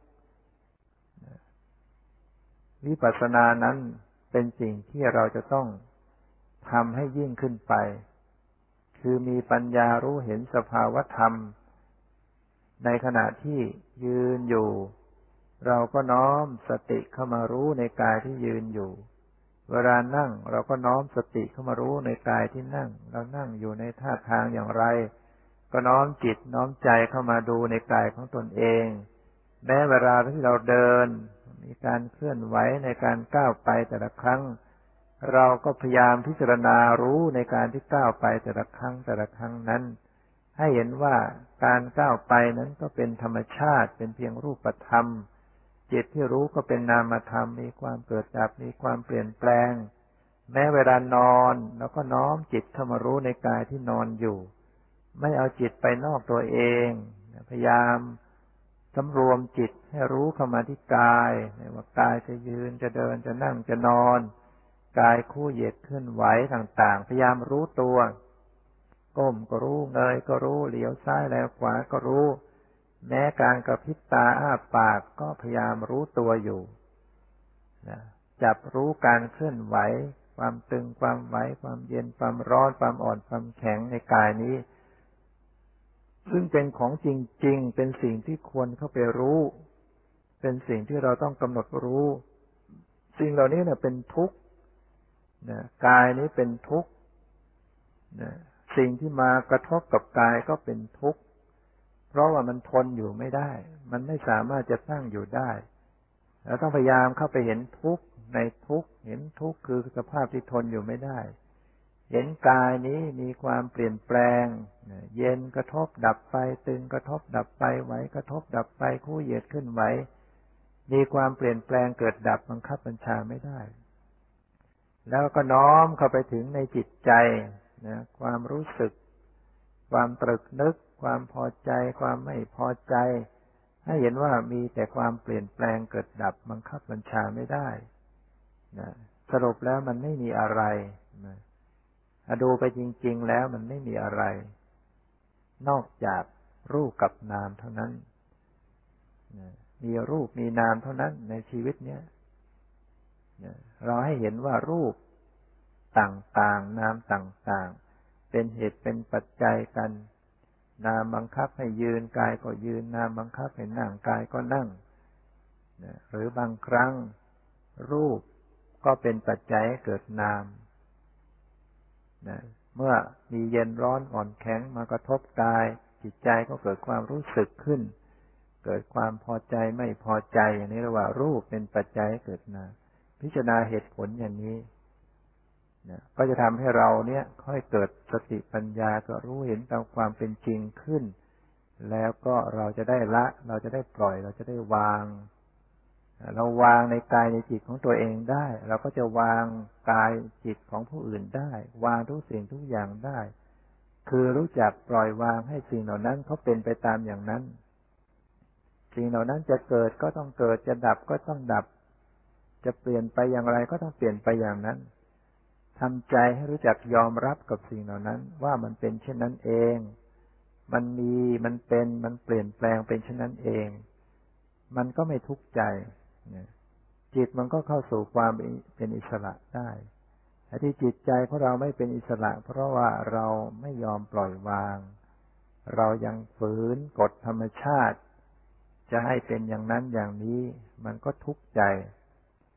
Speaker 1: วิปัสสนานั้นเป็นสิ่งที่เราจะต้องทำให้ยิ่งขึ้นไปคือมีปัญญารู้เห็นสภาวธรรมในขณะที่ยืนอยู่เราก็น้อมสติเข้ามารู้ในกายที่ยืนอยู่เวลานั่งเราก็น้อมสติเข้ามารู้ในกายที่นั่งเรานั่งอยู่ในท่าทางอย่างไรก็น้อมจิตน้อมใจเข้ามาดูในกายของตนเองแม้เวลาที่เราเดินมีการเคลื่อนไหวในการก้าวไปแต่ละครั้งเราก็พยายามพิจารณารู้ในการที่ก้าวไปแต่ละครั้งแต่ละครั้งนั้นให้เห็นว่าการก้าวไปนั้นก็เป็นธรรมชาติเป็นเพียงรูปธรรมจิตที่รู้ก็เป็นนามธรรมมีความเกิดดับมีความเปลี่ยนแปลงแม้เวลานอนเราก็น้อมจิตเข้ามารู้ในกายที่นอนอยู่ไม่เอาจิตไปนอกตัวเองพยายามสำรวมจิตให้รู้เข้ามาที่กายว่ากายจะยืนจะเดินจะนั่งจะนอนกายคู่เหยียดเคลื่อนไหวต่างๆพยายามรู้ตัวก้มก็รู้เงยก็รู้เหลียวซ้ายแลขวาก็รู้แม้การกระพริบตาอ้าปากก็พยายามรู้ตัวอยู่นะจับรู้การเคลื่อนไหวความตึงความไหวความเย็นความร้อนความอ่อนความแข็งในกายนี้ซึ่งเป็นของจริงๆเป็นสิ่งที่ควรเข้าไปรู้เป็นสิ่งที่เราต้องกำหนดรู้สิ่งเหล่านี้เนี่ยเป็นทุกข์นะกายนี้เป็นทุกข์นะสิ่งที่มากระทบกับกายก็เป็นทุกข์เพราะว่ามันทนอยู่ไม่ได้มันไม่สามารถจะตั้งอยู่ได้เราต้องพยายามเข้าไปเห็นทุกข์ในทุกข์เห็นทุกข์คือสภาพที่ทนอยู่ไม่ได้เห็นกายนี้มีความเปลี่ยนแปลงเย็นกระทบดับไปตึงกระทบดับไปไหวกระทบดับไปคู่เหยียดขึ้นไหวมีความเปลี่ยนแปลงเกิดดับบังคับบัญชาไม่ได้แล้วก็น้อมเข้าไปถึงในจิตใจนะความรู้สึกความตรึกนึกความพอใจความไม่พอใจให้เห็นว่ามีแต่ความเปลี่ยนแปลงเกิดดับบังคับบัญชาไม่ได้นะสรุปแล้วมันไม่มีอะไรนะดูไปจริงๆแล้วมันไม่มีอะไรนอกจากรูปกับนามเท่านั้นนะมีรูปมีนามเท่านั้นในชีวิตเนี้ยนะเราให้เห็นว่ารูปต่างๆนามต่างๆเป็นเหตุเป็นปัจจัยกันนามบังคับให้ยืนกายก็ยืนนามบังคับให้นั่งกายก็นั่งนะหรือบางครั้งรูปก็เป็นปัจจัยให้เกิดนามนะเมื่อมีเย็นร้อนอ่อนแข็งมากระทบกายจิตใจก็เกิดความรู้สึกขึ้นเกิดความพอใจไม่พอใจอย่างนี้เรียกว่ารูปเป็นปัจจัยให้เกิดนามพิจารณาเหตุผลอย่างนี้นะก็จะทำให้เราเนี่ยค่อยเกิดสติปัญญาก็รู้เห็นตามความเป็นจริงขึ้นแล้วก็เราจะได้ละเราจะได้ปล่อยเราจะได้วางเราวางในกายในจิตของตัวเองได้เราก็จะวางกายจิตของผู้อื่นได้วางทุกสิ่งทุกอย่างได้คือรู้จักปล่อยวางให้สิ่งเหล่านั้นเขาเป็นไปตามอย่างนั้นสิ่งเหล่านั้นจะเกิดก็ต้องเกิดจะดับก็ต้องดับจะเปลี่ยนไปอย่างไรก็ต้องเปลี่ยนไปอย่างนั้นทำใจให้รู้จักยอมรับกับสิ่งเหล่านั้นว่ามันเป็นเช่นนั้นเองมันมีมันเป็นมันเปลี่ยนแปลงเป็นเช่นนั้นเองมันก็ไม่ทุกข์ใจจิตมันก็เข้าสู่ความเป็นอิสระได้แต่ที่จิตใจของเราไม่เป็นอิสระเพราะว่าเราไม่ยอมปล่อยวางเรายังฝืนกฎธรรมชาติจะให้เป็นอย่างนั้นอย่างนี้มันก็ทุกข์ใจ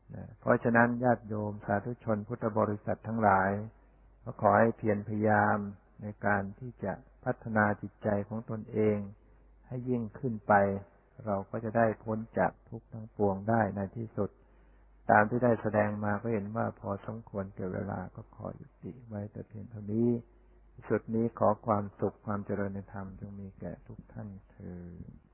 Speaker 1: นะเพราะฉะนั้นญาติโยมสาธุชนพุทธบริษัททั้งหลายก็ขอให้เพียรพยายามในการที่จะพัฒนาจิตใจของตนเองให้ยิ่งขึ้นไปเราก็จะได้พ้นจากทุกข์ทั้งปวงได้ในที่สุดตามที่ได้แสดงมาก็เห็นว่าพอสมควรแก่เวลาก็ขอยุติไว้แต่เพียงเท่านี้ที่สุดนี้ขอความสุขความเจริญในธรรมจงมีแก่ทุกท่านเทอญ